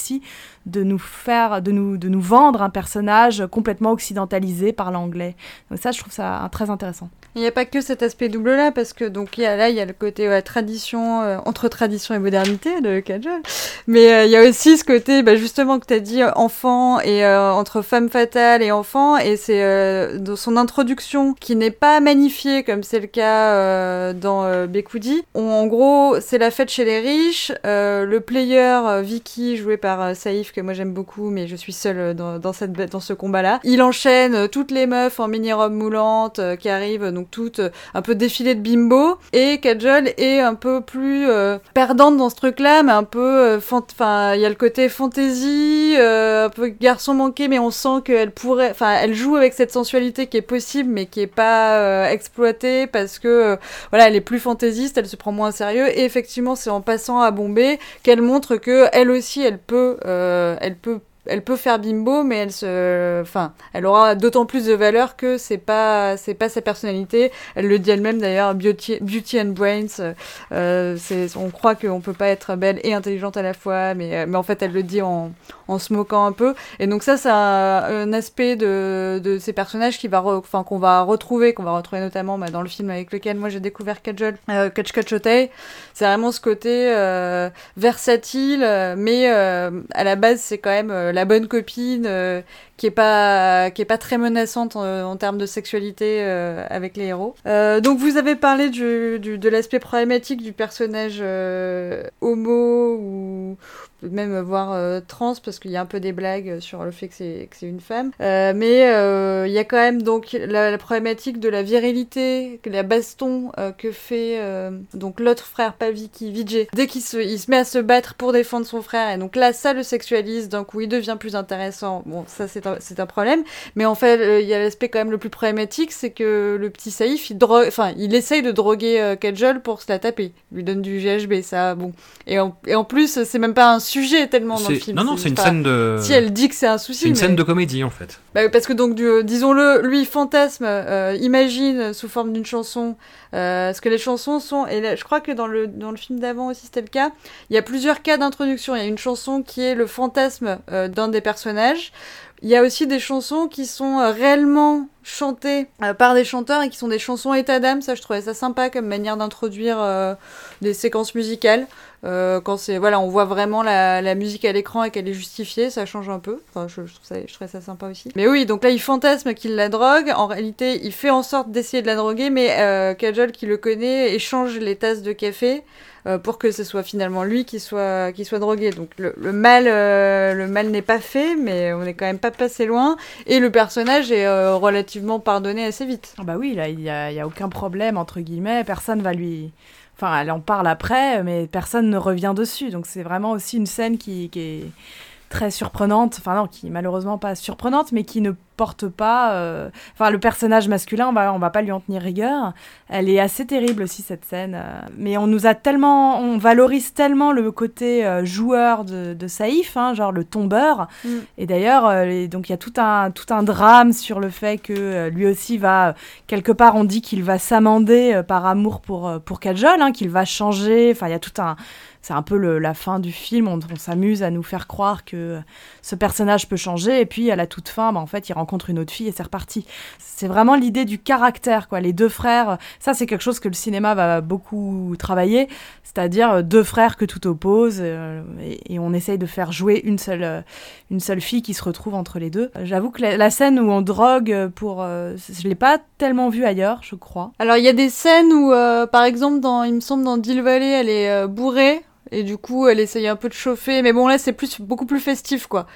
de nous faire, de nous, de nous vendre un personnage complètement occidentalisé par l'anglais. Donc ça, je trouve ça très intéressant. Il n'y a pas que cet aspect double-là, parce que donc, y a, là, il y a le côté ouais, tradition, euh, entre tradition et modernité de Kajol. Mais euh, il y a aussi ce côté, bah, justement, que tu as dit, euh, enfant, et euh, entre femme fatale et enfant, et c'est euh, dans son introduction, qui n'est pas magnifiée, comme c'est le cas euh, dans euh, Bekoudi. On, en gros, c'est la fête chez les riches, euh, le player, euh, Vicky, joué par euh, Saïf, que moi j'aime beaucoup, mais je suis seule dans, dans, cette, dans ce combat-là. Il enchaîne euh, toutes les meufs en mini-robe moulante, euh, qui arrivent, donc toutes euh, un peu défilé de bimbo, et Kajol est un peu plus euh, perdante dans ce truc-là, mais un peu, euh, enfin, il y a le côté fantaisie, euh, un peu garçon manqué, mais on sent qu'elle pourrait, enfin, elle joue avec cette sensualité qui est possible, mais qui est pas euh, exploitée, parce que, euh, voilà, elle est plus fantaisiste, elle se prend moins au sérieux, et effectivement, c'est en passant à Bombay qu'elle montre que elle aussi, elle peut, euh, elle peut elle peut faire bimbo, mais elle se, enfin, elle aura d'autant plus de valeur que c'est pas, c'est pas sa personnalité. Elle le dit elle-même d'ailleurs, beauty, beauty and brains. Euh, c'est, on croit qu'on peut pas être belle et intelligente à la fois, mais, mais en fait, elle le dit en, en se moquant un peu. Et donc ça, c'est un, un aspect de, de ces personnages qui va, re, enfin, qu'on va retrouver, qu'on va retrouver notamment bah, dans le film avec lequel moi j'ai découvert Kajol, euh, Kach Kachotay. C'est vraiment ce côté euh, versatile, mais euh, à la base, c'est quand même euh, la bonne copine euh, qui est pas qui est pas très menaçante en, en termes de sexualité euh, avec les héros. Euh, donc vous avez parlé du, du de l'aspect problématique du personnage euh, homo ou même voire euh, trans, parce qu'il y a un peu des blagues sur le fait que c'est que c'est une femme. Euh, mais euh, il y a quand même donc la, la problématique de la virilité, que la baston euh, que fait euh, donc l'autre frère, pas Vicky, Vijay, dès qu'il se il se met à se battre pour défendre son frère, et donc là ça le sexualise, d'un coup il devient plus intéressant. Bon, ça c'est un, c'est un problème, mais en fait il euh, y a l'aspect quand même le plus problématique, c'est que le petit Saïf il drogue, enfin il essaye de droguer euh, Kajol pour se la taper, il lui donne du G H B, ça bon, et en, et en plus c'est même pas un sujet tellement dans c'est... le film. Non non, c'est, c'est une scène de. Si elle dit que c'est un souci. C'est une mais... scène de comédie en fait. Bah, parce que donc du, disons-le, lui fantasme, euh, imagine sous forme d'une chanson euh, ce que les chansons sont, et là, je crois que dans le dans le film d'avant aussi c'était le cas. Il y a plusieurs cas d'introduction. Il y a une chanson qui est le fantasme euh, d'un des personnages. Il y a aussi des chansons qui sont euh, réellement chantées euh, par des chanteurs et qui sont des chansons état d'âme. Ça, je trouvais ça sympa comme manière d'introduire euh, des séquences musicales. Euh, quand c'est, voilà, on voit vraiment la, la musique à l'écran et qu'elle est justifiée, ça change un peu. Enfin, je, je, trouve ça, je trouve ça sympa aussi. Mais oui, donc là, il fantasme qu'il la drogue. En réalité, il fait en sorte d'essayer de la droguer, mais euh, Kajol, qui le connaît, échange les tasses de café euh, pour que ce soit finalement lui qui soit, qui soit drogué. Donc le, le mal, euh, le mal n'est pas fait, mais on n'est quand même pas passé loin. Et le personnage est euh, relativement pardonné assez vite. Ah bah oui, là, il n'y a, y a aucun problème, entre guillemets. Personne va lui... Enfin, elle en parle après, mais personne ne revient dessus. Donc c'est vraiment aussi une scène qui, qui est très surprenante. Enfin non, qui est malheureusement pas surprenante, mais qui ne porte pas... Euh... Enfin, le personnage masculin, on va, on va pas lui en tenir rigueur. Elle est assez terrible aussi, cette scène. Mais on nous a tellement... On valorise tellement le côté euh, joueur de, de Saïf, hein, genre le tombeur. Mm. Et d'ailleurs, euh, donc il y a tout un, tout un drame sur le fait que euh, lui aussi va... Quelque part, on dit qu'il va s'amender euh, par amour pour, euh, pour Kajol, hein, qu'il va changer. Enfin, il y a tout un... C'est un peu le, la fin du film, on, on s'amuse à nous faire croire que ce personnage peut changer, et puis à la toute fin, bah, en fait, il rencontre une autre fille et c'est reparti. C'est vraiment l'idée du caractère, quoi. Les deux frères, ça c'est quelque chose que le cinéma va beaucoup travailler, c'est-à-dire deux frères que tout oppose, euh, et, et on essaye de faire jouer une seule, une seule fille qui se retrouve entre les deux. J'avoue que la, la scène où on drogue pour... Euh, je l'ai pas tellement vue ailleurs, je crois. Alors il y a des scènes où, euh, par exemple, dans, il me semble dans Deal Valley, elle est euh, bourrée, et du coup, elle essaye un peu de chauffer. Mais bon, là, c'est plus, beaucoup plus festif, quoi.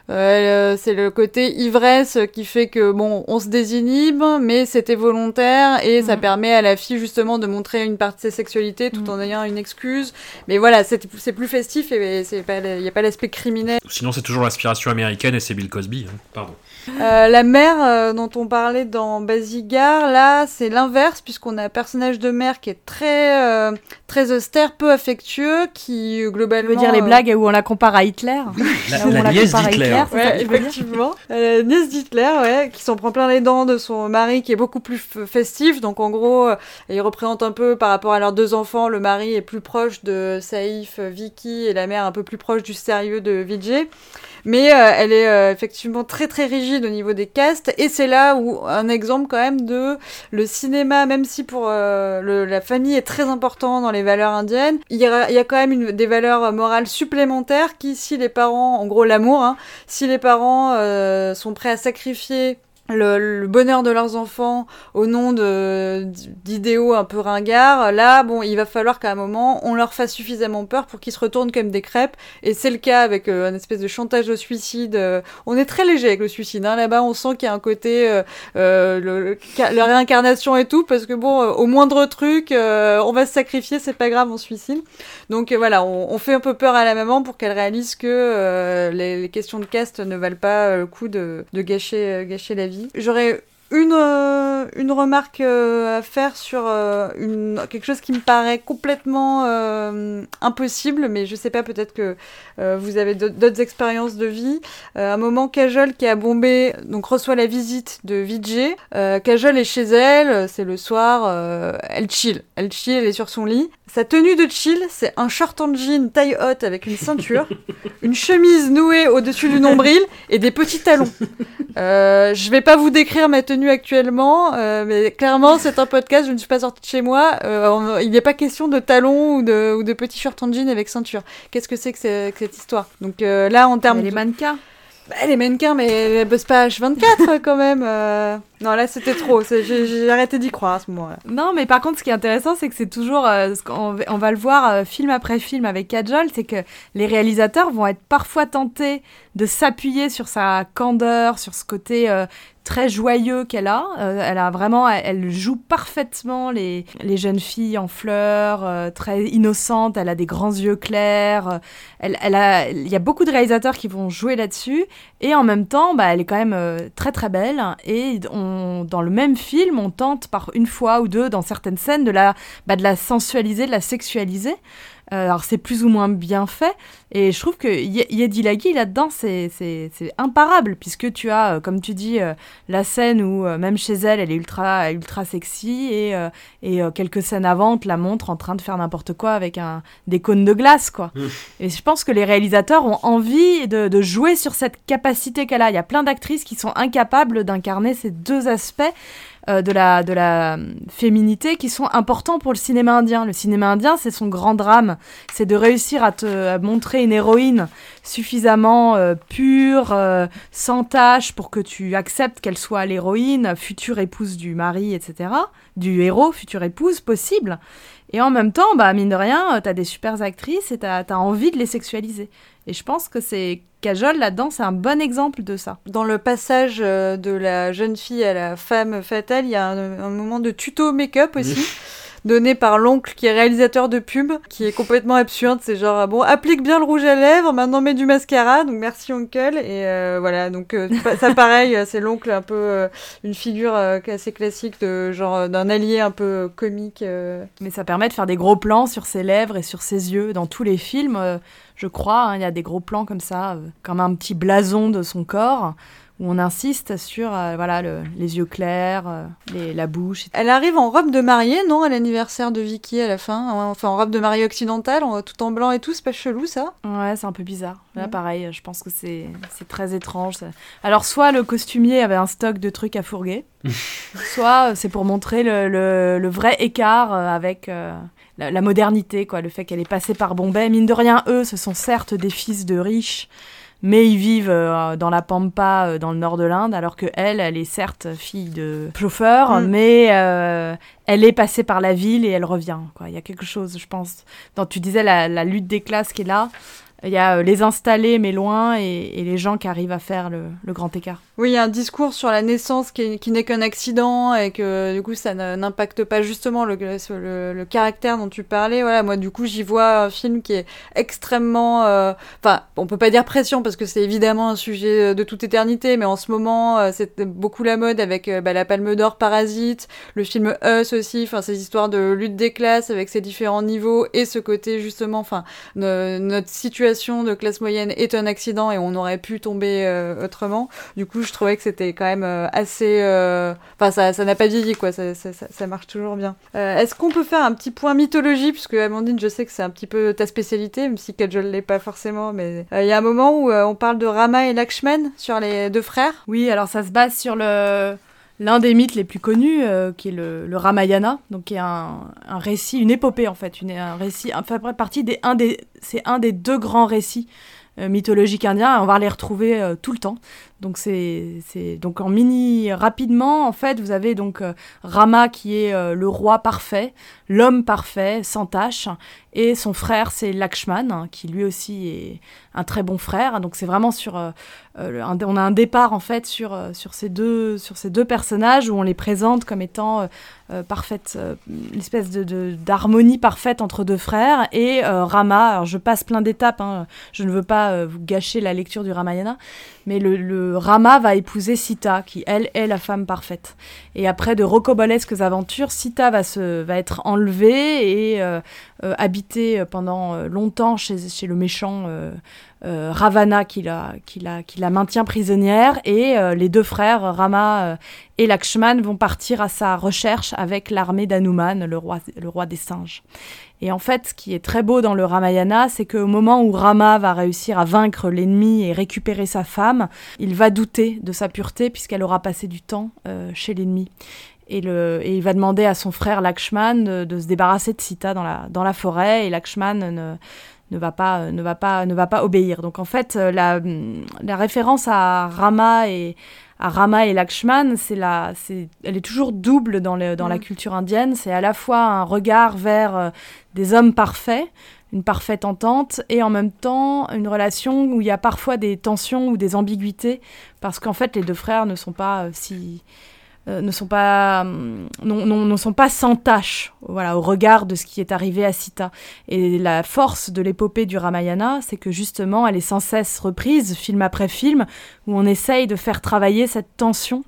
Euh, c'est le côté ivresse qui fait que, bon, on se désinhibe, mais c'était volontaire. Et mmh. ça permet à la fille, justement, de montrer une part de ses sexualités tout mmh. en ayant une excuse. Mais voilà, c'est, c'est plus festif et il n'y a pas l'aspect criminel. Sinon, c'est toujours l'inspiration américaine et c'est Bill Cosby. Hein. Pardon. Euh, la mère euh, dont on parlait dans Basigar, là, c'est l'inverse, puisqu'on a un personnage de mère qui est très, euh, très austère, peu affectueux, qui euh, Tu globalement... veux dire les euh, blagues où on la compare à Hitler La, Là où la on la nièce compare à d'Hitler. Hitler, c'est ça Ouais, que tu veux dire effectivement. Euh, La nièce d'Hitler, ouais, qui s'en prend plein les dents de son mari, qui est beaucoup plus f- festif. Donc, en gros, euh, il représente un peu, par rapport à leurs deux enfants, le mari est plus proche de Saïf, euh, Vicky, et la mère un peu plus proche du sérieux de Vijay. Mais euh, elle est euh, effectivement très très rigide au niveau des castes, et c'est là où un exemple quand même de le cinéma, même si pour euh, le, la famille est très important dans les valeurs indiennes, il y a, il y a quand même une, des valeurs morales supplémentaires qui, si les parents, en gros l'amour, hein, si les parents euh, sont prêts à sacrifier le, le bonheur de leurs enfants au nom de d'idéaux un peu ringards, là, bon, il va falloir qu'à un moment, on leur fasse suffisamment peur pour qu'ils se retournent comme des crêpes, et c'est le cas avec euh, un espèce de chantage au suicide. Euh, on est très léger avec le suicide, hein, là-bas, on sent qu'il y a un côté, euh, euh, le, le, la réincarnation et tout, parce que bon, euh, au moindre truc, euh, on va se sacrifier, c'est pas grave, on suicide. Donc euh, voilà, on, on fait un peu peur à la maman pour qu'elle réalise que euh, les, les questions de caste ne valent pas euh, le coup de, de gâcher, euh, gâcher la vie. J'aurais une, euh, une remarque euh, à faire sur euh, une, quelque chose qui me paraît complètement euh, impossible, mais je sais pas, peut-être que euh, vous avez d'autres expériences de vie. Euh, à un moment, Kajol, qui est à Bombay, donc reçoit la visite de Vijay. Euh, Kajol est chez elle, c'est le soir, euh, elle chill. Elle chill, elle est sur son lit. Sa tenue de chill, c'est un short en jean taille haute avec une ceinture, une chemise nouée au-dessus du nombril et des petits talons. Euh, je vais pas vous décrire ma tenue actuellement, euh, mais clairement, c'est un podcast, je ne suis pas sortie de chez moi. Euh, on, il n'est pas question de talons ou de, ou de petits shorts en jean avec ceinture. Qu'est-ce que c'est que, c'est, que cette histoire? Donc euh, là, en termes Mais les de... mannequins. Bah, les mannequins, mais elles bossent pas H vingt-quatre quand même. Euh... Non, là, c'était trop. C'est... J'ai, j'ai arrêté d'y croire à ce moment-là. Non, mais par contre, ce qui est intéressant, c'est que c'est toujours, euh, ce qu'on va- on va le voir euh, film après film avec Kajol, c'est que les réalisateurs vont être parfois tentés de s'appuyer sur sa candeur, sur ce côté euh, très joyeux qu'elle a. Euh, elle a vraiment, elle, elle joue parfaitement les, les jeunes filles en fleurs, euh, très innocentes. Elle a des grands yeux clairs. euh, elle, elle a, il y a beaucoup de réalisateurs qui vont jouer là-dessus. Et en même temps, bah, elle est quand même euh, très très belle. Et on, dans le même film, on tente par une fois ou deux, dans certaines scènes, de la, bah, de la sensualiser, de la sexualiser. Euh, alors c'est plus ou moins bien fait, et je trouve que Ye- Yedilagi là-dedans c'est, c'est, c'est imparable, puisque tu as, euh, comme tu dis, euh, la scène où euh, même chez elle, elle est ultra, ultra sexy, et, euh, et euh, quelques scènes avant, on te la montre en train de faire n'importe quoi avec un, des cônes de glace, quoi. Mmh. Et je pense que les réalisateurs ont envie de, de jouer sur cette capacité qu'elle a. Il y a plein d'actrices qui sont incapables d'incarner ces deux aspects euh, de la, de la féminité qui sont importants pour le cinéma indien. Le cinéma indien, c'est son grand drame. C'est de réussir à te à montrer une héroïne suffisamment euh, pure, euh, sans tache, pour que tu acceptes qu'elle soit l'héroïne, future épouse du mari, et cetera. Du héros, future épouse, possible. Et en même temps, bah, mine de rien, t'as des super actrices et t'as, t'as envie de les sexualiser. Et je pense que c'est Kajol, là-dedans, c'est un bon exemple de ça. Dans le passage euh, de la jeune fille à la femme fatale, il y a un, un moment de tuto make-up aussi, donné par l'oncle qui est réalisateur de pub, qui est complètement absurde. C'est genre, ah bon, applique bien le rouge à lèvres, maintenant mets du mascara, donc merci oncle. Et euh, voilà, donc euh, ça pareil, c'est l'oncle un peu, euh, une figure euh, assez classique, de genre d'un allié un peu comique. Euh. Mais ça permet de faire des gros plans sur ses lèvres et sur ses yeux. Dans tous les films, euh, je crois, hein, il y a des gros plans comme ça, euh, comme un petit blason de son corps, où on insiste sur euh, voilà, le, les yeux clairs, euh, les, la bouche. Elle arrive en robe de mariée, non, à l'anniversaire de Vicky à la fin, enfin en robe de mariée occidentale, en, tout en blanc et tout, c'est pas chelou ça? Ouais, c'est un peu bizarre. Là, Mm. pareil, je pense que c'est, c'est très étrange. ça. Alors, soit le costumier avait un stock de trucs à fourguer, soit euh, c'est pour montrer le, le, le vrai écart euh, avec euh, la, la modernité, quoi, le fait qu'elle est passée par Bombay. Mine de rien, eux, ce sont certes des fils de riches, mais ils vivent euh, dans la pampa, euh, dans le nord de l'Inde, alors que elle, elle est certes fille de chauffeur, Mm. mais euh, elle est passée par la ville et elle revient, quoi. Il y a quelque chose, je pense, dans, tu disais la, la lutte des classes qui est là. Il y a euh, les installés, mais loin, et, et les gens qui arrivent à faire le, le grand écart. Oui, il y a un discours sur la naissance qui, est, qui n'est qu'un accident et que du coup ça n'impacte pas justement le, le, le caractère dont tu parlais. Voilà, moi du coup j'y vois un film qui est extrêmement... Enfin, euh, on peut pas dire pression parce que c'est évidemment un sujet de toute éternité, mais en ce moment euh, c'est beaucoup la mode avec euh, bah, la Palme d'Or, Parasite, le film Us aussi, enfin ces histoires de lutte des classes avec ses différents niveaux et ce côté justement, enfin no, notre situation de classe moyenne est un accident et on aurait pu tomber euh, autrement. Du coup, je trouvais que c'était quand même euh, assez... Enfin, euh... ça, ça n'a pas vieilli, quoi. Ça, ça, ça, ça marche toujours bien. Euh, est-ce qu'on peut faire un petit point mythologie, puisque Amandine, je sais que c'est un petit peu ta spécialité, même si Kajol ne l'est pas forcément, mais il euh, y a un moment où euh, on parle de Rama et Lakshman, sur les deux frères. Oui, alors ça se base sur le... l'un des mythes les plus connus, euh, qui est le, le Ramayana, donc qui est un, un récit, une épopée en fait, une, un récit, enfin partie des, un des, c'est un des deux grands récits euh, mythologiques indiens, et on va les retrouver euh, tout le temps. Donc c'est, c'est donc en mini rapidement en fait vous avez donc euh, Rama qui est euh, le roi parfait, l'homme parfait sans tache, et son frère c'est Lakshman hein, qui lui aussi est un très bon frère. Donc c'est vraiment sur euh, euh, un, on a un départ en fait sur euh, sur ces deux sur ces deux personnages où on les présente comme étant euh, euh, parfaite euh, une espèce de, de d'harmonie parfaite entre deux frères. Et euh, Rama, alors je passe plein d'étapes hein, je ne veux pas euh, vous gâcher la lecture du Ramayana, mais le, le Rama va épouser Sita, qui, elle, est la femme parfaite. Et après de rocambolesques aventures, Sita va, se, va être enlevée et euh, euh, habiter pendant longtemps chez, chez le méchant euh, euh, Ravana, qui la, qui, la, qui la maintient prisonnière. Et euh, les deux frères, Rama euh, et Lakshman, vont partir à sa recherche avec l'armée d'Hanuman, le roi, le roi des singes. Et en fait, ce qui est très beau dans le Ramayana, c'est qu'au moment où Rama va réussir à vaincre l'ennemi et récupérer sa femme, il va douter de sa pureté puisqu'elle aura passé du temps euh, chez l'ennemi. Et, le, et il va demander à son frère Lakshman de, de se débarrasser de Sita dans la, dans la forêt, et Lakshman ne, ne, va pas, ne, va pas, ne va pas obéir. Donc en fait, la, la référence à Rama et... à Rama et Lakshman, c'est la, c'est, elle est toujours double dans, le, dans mmh. la culture indienne. C'est à la fois un regard vers euh, des hommes parfaits, une parfaite entente, et en même temps une relation où il y a parfois des tensions ou des ambiguïtés, parce qu'en fait les deux frères ne sont pas euh, si... Euh, ne sont pas euh, non, non, ne sont pas sans tâche, voilà, au regard de ce qui est arrivé à Sita. Et la force de l'épopée du Ramayana, c'est que justement elle est sans cesse reprise, film après film, où on essaye de faire travailler cette tension,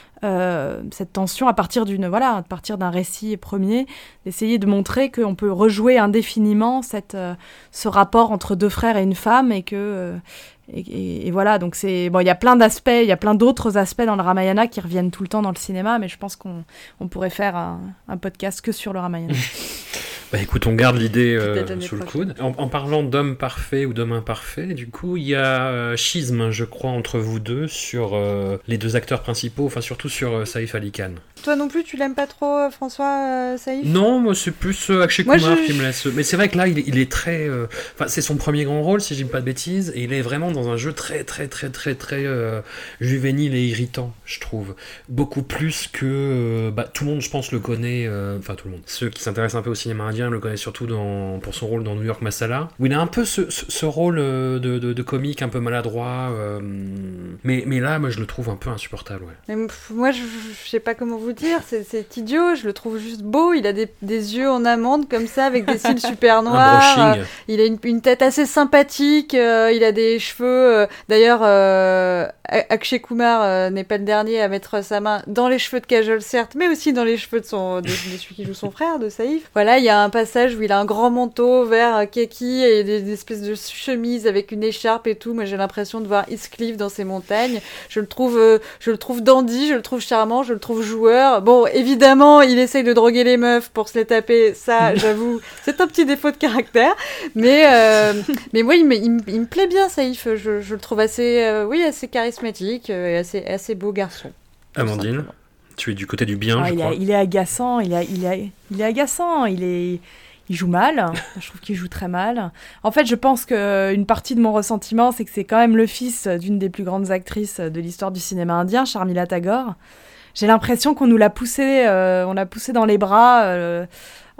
euh, cette tension à partir d'une voilà, à partir d'un récit premier, d'essayer de montrer qu'on peut rejouer indéfiniment cette, euh, ce rapport entre deux frères et une femme, et que euh, Et, et, et voilà, donc c'est bon. Il y a plein d'aspects, il y a plein d'autres aspects dans le Ramayana qui reviennent tout le temps dans le cinéma, mais je pense qu'on on pourrait faire un, un podcast que sur le Ramayana. Bah écoute, on garde l'idée euh, sous le coude. En, en parlant d'homme parfait ou d'homme imparfait, du coup, il y a euh, schisme, je crois, entre vous deux sur euh, les deux acteurs principaux, enfin surtout sur euh, Saif Ali Khan. Toi non plus, tu l'aimes pas trop, euh, François euh, Saif ? Non, moi c'est plus euh, Akshay Kumar je... qui me laisse. Mais c'est vrai que là, il est, il est très. Enfin, euh... c'est son premier grand rôle, si je dis pas de bêtises, et il est vraiment dans un jeu très, très, très, très, très euh, juvénile et irritant, je trouve. Beaucoup plus que. Euh, bah, tout le monde, je pense, le connaît. Enfin, euh, tout le monde. Ceux qui s'intéressent un peu au cinéma indien le connaissent surtout dans, pour son rôle dans New York Masala, où il a un peu ce, ce, ce rôle de, de, de comique un peu maladroit. Euh... Mais, mais là, moi, je le trouve un peu insupportable. Ouais. Mais, pff, moi, je, je sais pas comment vous dire. C'est, c'est idiot. Je le trouve juste beau. Il a des, des yeux en amande comme ça, avec des cils super noirs. Euh, il a une, une tête assez sympathique. Euh, il a des cheveux. Euh, d'ailleurs, euh, Akshay Kumar euh, n'est pas le dernier à mettre sa main dans les cheveux de Kajol, certes, mais aussi dans les cheveux de, son, de, de celui qui joue son frère, de Saif. Voilà, il y a un passage où il a un grand manteau vert kaki et des, des espèces de chemises avec une écharpe et tout. Moi, j'ai l'impression de voir Heathcliff dans ces montagnes. Je le trouve, euh, je le trouve dandy, je le trouve charmant, je le trouve joueur. Bon, évidemment, il essaye de droguer les meufs pour se les taper. Ça, j'avoue, c'est un petit défaut de caractère. Mais, euh, mais moi, il me, il, me, il me plaît bien, Saif. Je, je le trouve assez, euh, oui, assez charismatique et assez, assez beau garçon. Amandine, tu es du côté du bien, ah, je il crois. A, il est agaçant, il, a, il, a, il est agaçant, il est... Il joue mal, je trouve qu'il joue très mal. En fait, je pense qu'une partie de mon ressentiment, c'est que c'est quand même le fils d'une des plus grandes actrices de l'histoire du cinéma indien, Sharmila Tagore. J'ai l'impression qu'on nous l'a poussé, euh, on l'a poussé dans les bras euh,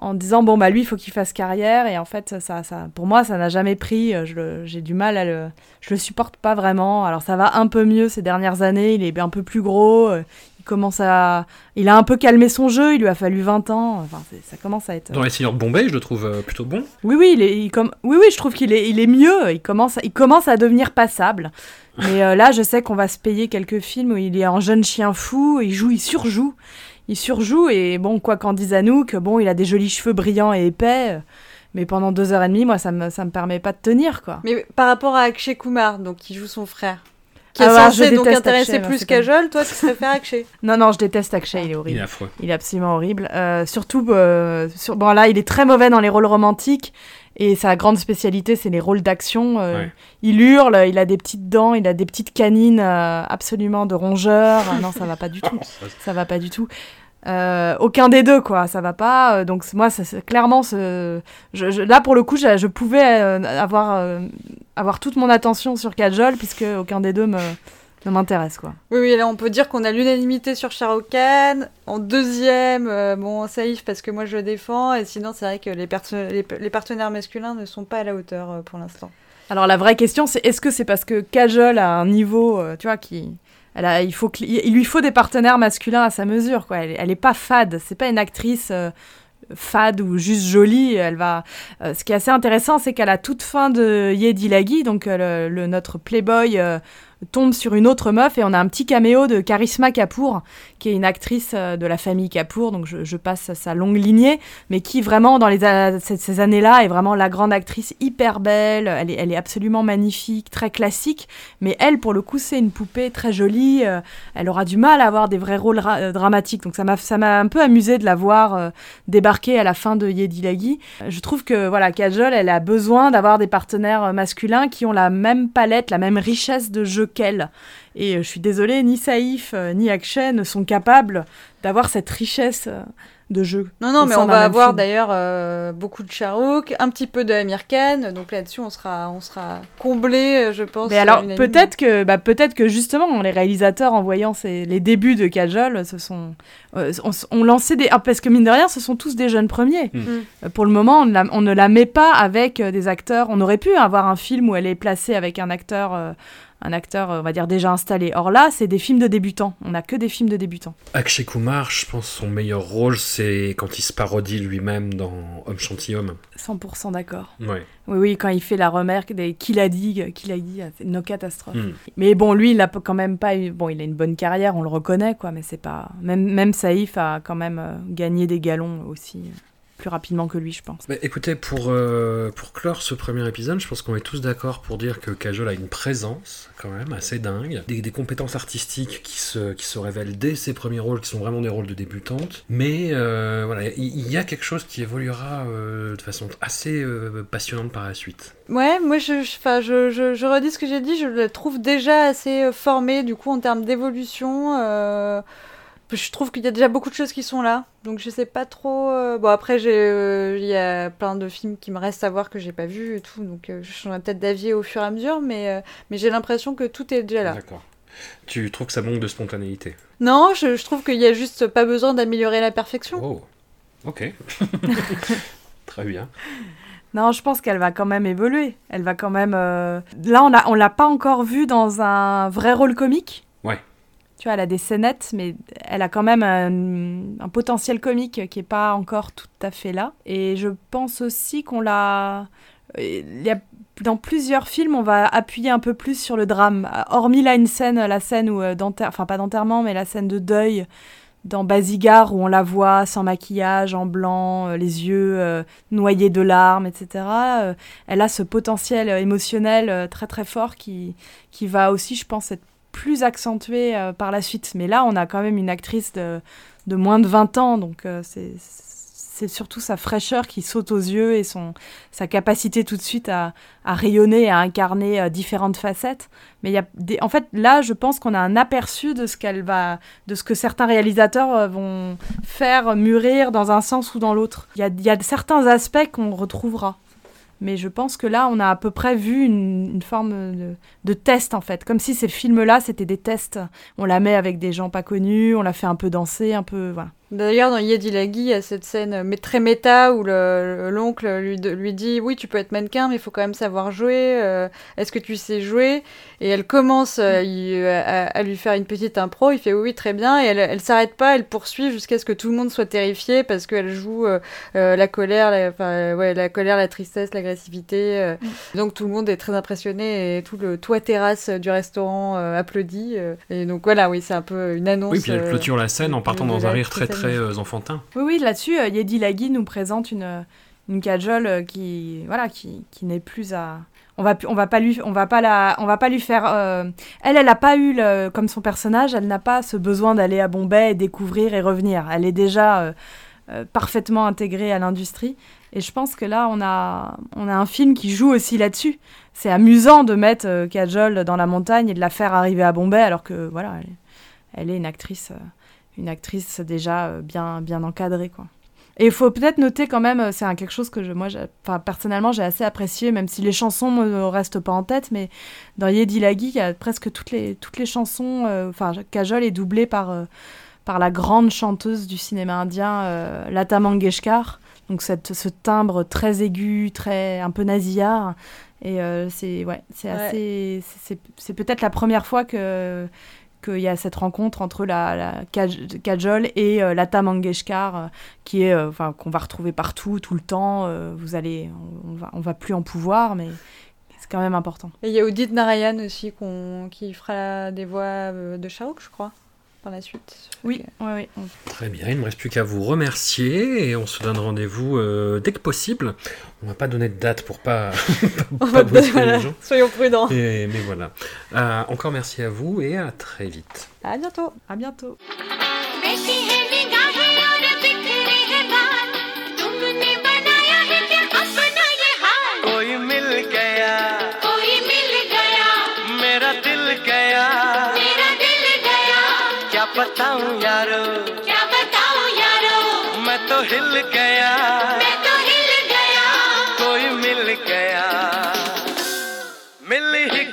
en disant bon bah lui il faut qu'il fasse carrière, et en fait ça, ça, pour moi ça n'a jamais pris, je le, j'ai du mal à le, je le supporte pas vraiment. Alors ça va un peu mieux ces dernières années, il est un peu plus gros, il commence à, il a un peu calmé son jeu, il lui a fallu vingt ans, enfin c'est, ça commence à être... Dans Les Seigneurs de Bombay, je le trouve euh, plutôt bon. Oui oui, il est, il com... oui oui, je trouve qu'il est, il est mieux, il commence, il commence à devenir passable. Mais euh, là je sais qu'on va se payer quelques films où il est un jeune chien fou, il joue, il surjoue. Il surjoue, et bon, quoi qu'en dise Anouk, bon, il a des jolis cheveux brillants et épais, mais pendant deux heures et demie, moi, ça me, ça me permet pas de tenir, quoi. Mais par rapport à Akshay Kumar, donc qui joue son frère, qui est Ah ouais, censé je donc déteste intéresser Akshay, plus c'est Kajol, toi tu préfères Akshay? Non, non, je déteste Akshay, il est Il horrible. est affreux. Il est absolument horrible. Euh, surtout, euh, sur... bon, là, il est très mauvais dans les rôles romantiques, et sa grande spécialité, c'est les rôles d'action. Euh, Ouais. Il hurle, il a des petites dents, il a des petites canines euh, absolument de rongeur. Ah non, ça va pas du tout. Ça va pas du tout. Euh, aucun des deux, quoi, ça va pas. Euh, donc moi, ça, c'est clairement, ce... je, je, là pour le coup, je, je pouvais euh, avoir euh, avoir toute mon attention sur Kajol, puisque aucun des deux me ne m'intéresse, quoi. Oui, oui, là on peut dire qu'on a l'unanimité sur Shah Rukh Khan. En deuxième, euh, bon, Saïf parce que moi je le défends, et sinon c'est vrai que les, perso- les, les partenaires masculins ne sont pas à la hauteur euh, pour l'instant. Alors la vraie question, c'est est-ce que c'est parce que Kajol a un niveau, euh, tu vois, qui... Elle a, il, faut que, il lui faut des partenaires masculins à sa mesure, quoi. Elle, elle est pas fade, c'est pas une actrice euh, fade ou juste jolie. Elle va. Euh, ce qui est assez intéressant, c'est qu'à la toute fin de Yedi Lagi, donc euh, le, le, notre playboy euh, tombe sur une autre meuf, et on a un petit caméo de Karisma Kapoor, qui est une actrice euh, de la famille Kapoor, donc je, je passe sa longue lignée, mais qui vraiment dans les, euh, ces, ces années-là est vraiment la grande actrice, hyper belle. Elle est, elle est absolument magnifique, très classique, mais elle pour le coup c'est une poupée très jolie. Euh, elle aura du mal à avoir des vrais rôles ra- euh, dramatiques, donc ça m'a, ça m'a un peu amusé de la voir euh, débarquer à la fin de Yedi Lagi. Je trouve que voilà, Kajol, elle a besoin d'avoir des partenaires masculins qui ont la même palette, la même richesse de jeu qu'elle. Et euh, je suis désolée, ni Saïf euh, ni Akshay ne sont capables d'avoir cette richesse euh, de jeu. Non, non, au mais sein on d'un va même avoir film. d'ailleurs euh, beaucoup de Shah Rukh, un petit peu de Amir Khan, donc là-dessus on sera, on sera comblé, je pense. Mais alors unanimement. peut-être que, bah, peut-être que justement les réalisateurs, en voyant ces, les débuts de Kajol, se sont, euh, ont, ont lancé des, ah, parce que mine de rien, ce sont tous des jeunes premiers. Mm. Euh, pour le moment, on, la, on ne la met pas avec euh, des acteurs. On aurait pu avoir un film où elle est placée avec un acteur. Euh, un acteur, on va dire, déjà installé. Or là, c'est des films de débutants. On n'a que des films de débutants. Akshay Kumar, je pense son meilleur rôle, c'est quand il se parodie lui-même dans Homme Gentilhomme. cent pour cent d'accord. Ouais. Oui, oui, quand il fait la remarque des qui l'a dit, qui l'a dit, c'est une catastrophe. Mm. Mais bon, lui, il a quand même pas eu... Bon, il a une bonne carrière, on le reconnaît, quoi, mais c'est pas... Même, même Saïf a quand même euh, gagné des galons aussi, euh, plus rapidement que lui, je pense. Bah, écoutez, pour, euh, pour clore ce premier épisode, je pense qu'on est tous d'accord pour dire que Kajol a une présence quand même assez dingue, des, des compétences artistiques qui se, qui se révèlent dès ses premiers rôles, qui sont vraiment des rôles de débutante, mais euh, voilà, il y, y a quelque chose qui évoluera euh, de façon assez euh, passionnante par la suite. Ouais, moi je, je, je, je, je redis ce que j'ai dit, je la trouve déjà assez euh, formée du coup en termes d'évolution. Euh... Je trouve qu'il y a déjà beaucoup de choses qui sont là, donc je sais pas trop. Euh... Bon après j'ai, euh, il y a plein de films qui me restent à voir que j'ai pas vu et tout, donc euh, je changerai peut-être d'avis au fur et à mesure, mais euh, mais j'ai l'impression que tout est déjà là. D'accord. Tu trouves que ça manque de spontanéité? Non, je, je trouve qu'il y a juste pas besoin d'améliorer la perfection. Oh, ok. Très bien. Non, je pense qu'elle va quand même évoluer. Elle va quand même... Euh... Là, on a, on l'a pas encore vue dans un vrai rôle comique. Ouais. Tu vois, elle a des scénettes, mais elle a quand même un, un potentiel comique qui n'est pas encore tout à fait là. Et je pense aussi qu'on l'a... Il y a... Dans plusieurs films, on va appuyer un peu plus sur le drame. Hormis là, une scène, la scène où, euh, d'enter... enfin pas d'enterrement, mais la scène de deuil dans Bazigar, où on la voit sans maquillage, en blanc, euh, les yeux euh, noyés de larmes, et cetera. Euh, elle a ce potentiel euh, émotionnel euh, très très fort qui, qui va aussi, je pense, être plus accentué euh, par la suite. Mais là, on a quand même une actrice de, de moins de vingt ans, donc euh, c'est, c'est surtout sa fraîcheur qui saute aux yeux et son, sa capacité tout de suite à, à rayonner, à incarner euh, différentes facettes. Mais il y a des, en fait, là, je pense qu'on a un aperçu de ce qu'elle va, de ce que certains réalisateurs euh, vont faire mûrir dans un sens ou dans l'autre. Il y a, il y a certains aspects qu'on retrouvera. Mais je pense que là, on a à peu près vu une, une forme de, de test, en fait. Comme si ces films-là, c'était des tests. On la met avec des gens pas connus, on la fait un peu danser, un peu... Voilà. D'ailleurs, dans Yedi Lagi, il y a cette scène mais très méta où le, l'oncle lui, lui dit « Oui, tu peux être mannequin, mais il faut quand même savoir jouer. Euh, est-ce que tu sais jouer ?» Et elle commence euh, il, à, à lui faire une petite impro. Il fait « Oui, oui, très bien. » Et elle, elle s'arrête pas, elle poursuit jusqu'à ce que tout le monde soit terrifié parce qu'elle joue euh, euh, la colère, la, enfin, ouais, la colère, la tristesse, l'agressivité. Euh. Mm. Donc tout le monde est très impressionné et tout le toit terrasse du restaurant euh, applaudit. Euh. Et donc voilà, oui, c'est un peu une annonce. Oui, puis elle clôture la scène en partant dans un rire très très euh, enfantin. Oui, oui, là-dessus, euh, Yedi Lagi nous présente une, une Kajol qui, voilà, qui, qui n'est plus à... On va, on va pas lui, on va pas la, on va pas lui faire... Euh... Elle, elle n'a pas eu, le, comme son personnage, elle n'a pas ce besoin d'aller à Bombay et découvrir et revenir. Elle est déjà euh, euh, parfaitement intégrée à l'industrie. Et je pense que là, on a, on a un film qui joue aussi là-dessus. C'est amusant de mettre euh, Kajol dans la montagne et de la faire arriver à Bombay, alors que, voilà, elle, elle est une actrice... Euh, une actrice déjà bien, bien encadrée, quoi. Et il faut peut-être noter quand même, c'est un, quelque chose que je, moi, j'ai, personnellement, j'ai assez apprécié, même si les chansons ne me restent pas en tête, mais dans Yedi Lagi, il y a presque toutes les, toutes les chansons, enfin, euh, Kajol est doublée par, euh, par la grande chanteuse du cinéma indien, euh, Lata Mangeshkar, donc cette, ce timbre très aigu, très, un peu nasillard, et euh, c'est, ouais, c'est ouais. assez... C'est, c'est peut-être la première fois que... qu'il y a cette rencontre entre la, la Kajol et euh, Lata Mangeshkar, euh, qui est, euh, enfin, qu'on va retrouver partout, tout le temps. Euh, vous allez, on, on va, on va plus en pouvoir, mais c'est quand même important. Et il y a Udit Narayan aussi qu'on, qui fera des voix de Shah Rukh, je crois, par la suite. Oui, oui, oui. Très bien, il ne me reste plus qu'à vous remercier et on se donne rendez-vous euh, dès que possible. On va pas donner de date pour pas, pas, pas brusquer voilà, les gens. Soyons prudents. Et, mais voilà. Euh, encore merci à vous et à très vite. À bientôt. À bientôt. बताऊं यारो क्या बताऊं यारो मैं तो हिल गया मैं तो हिल गया कोई मिल गया मिल ही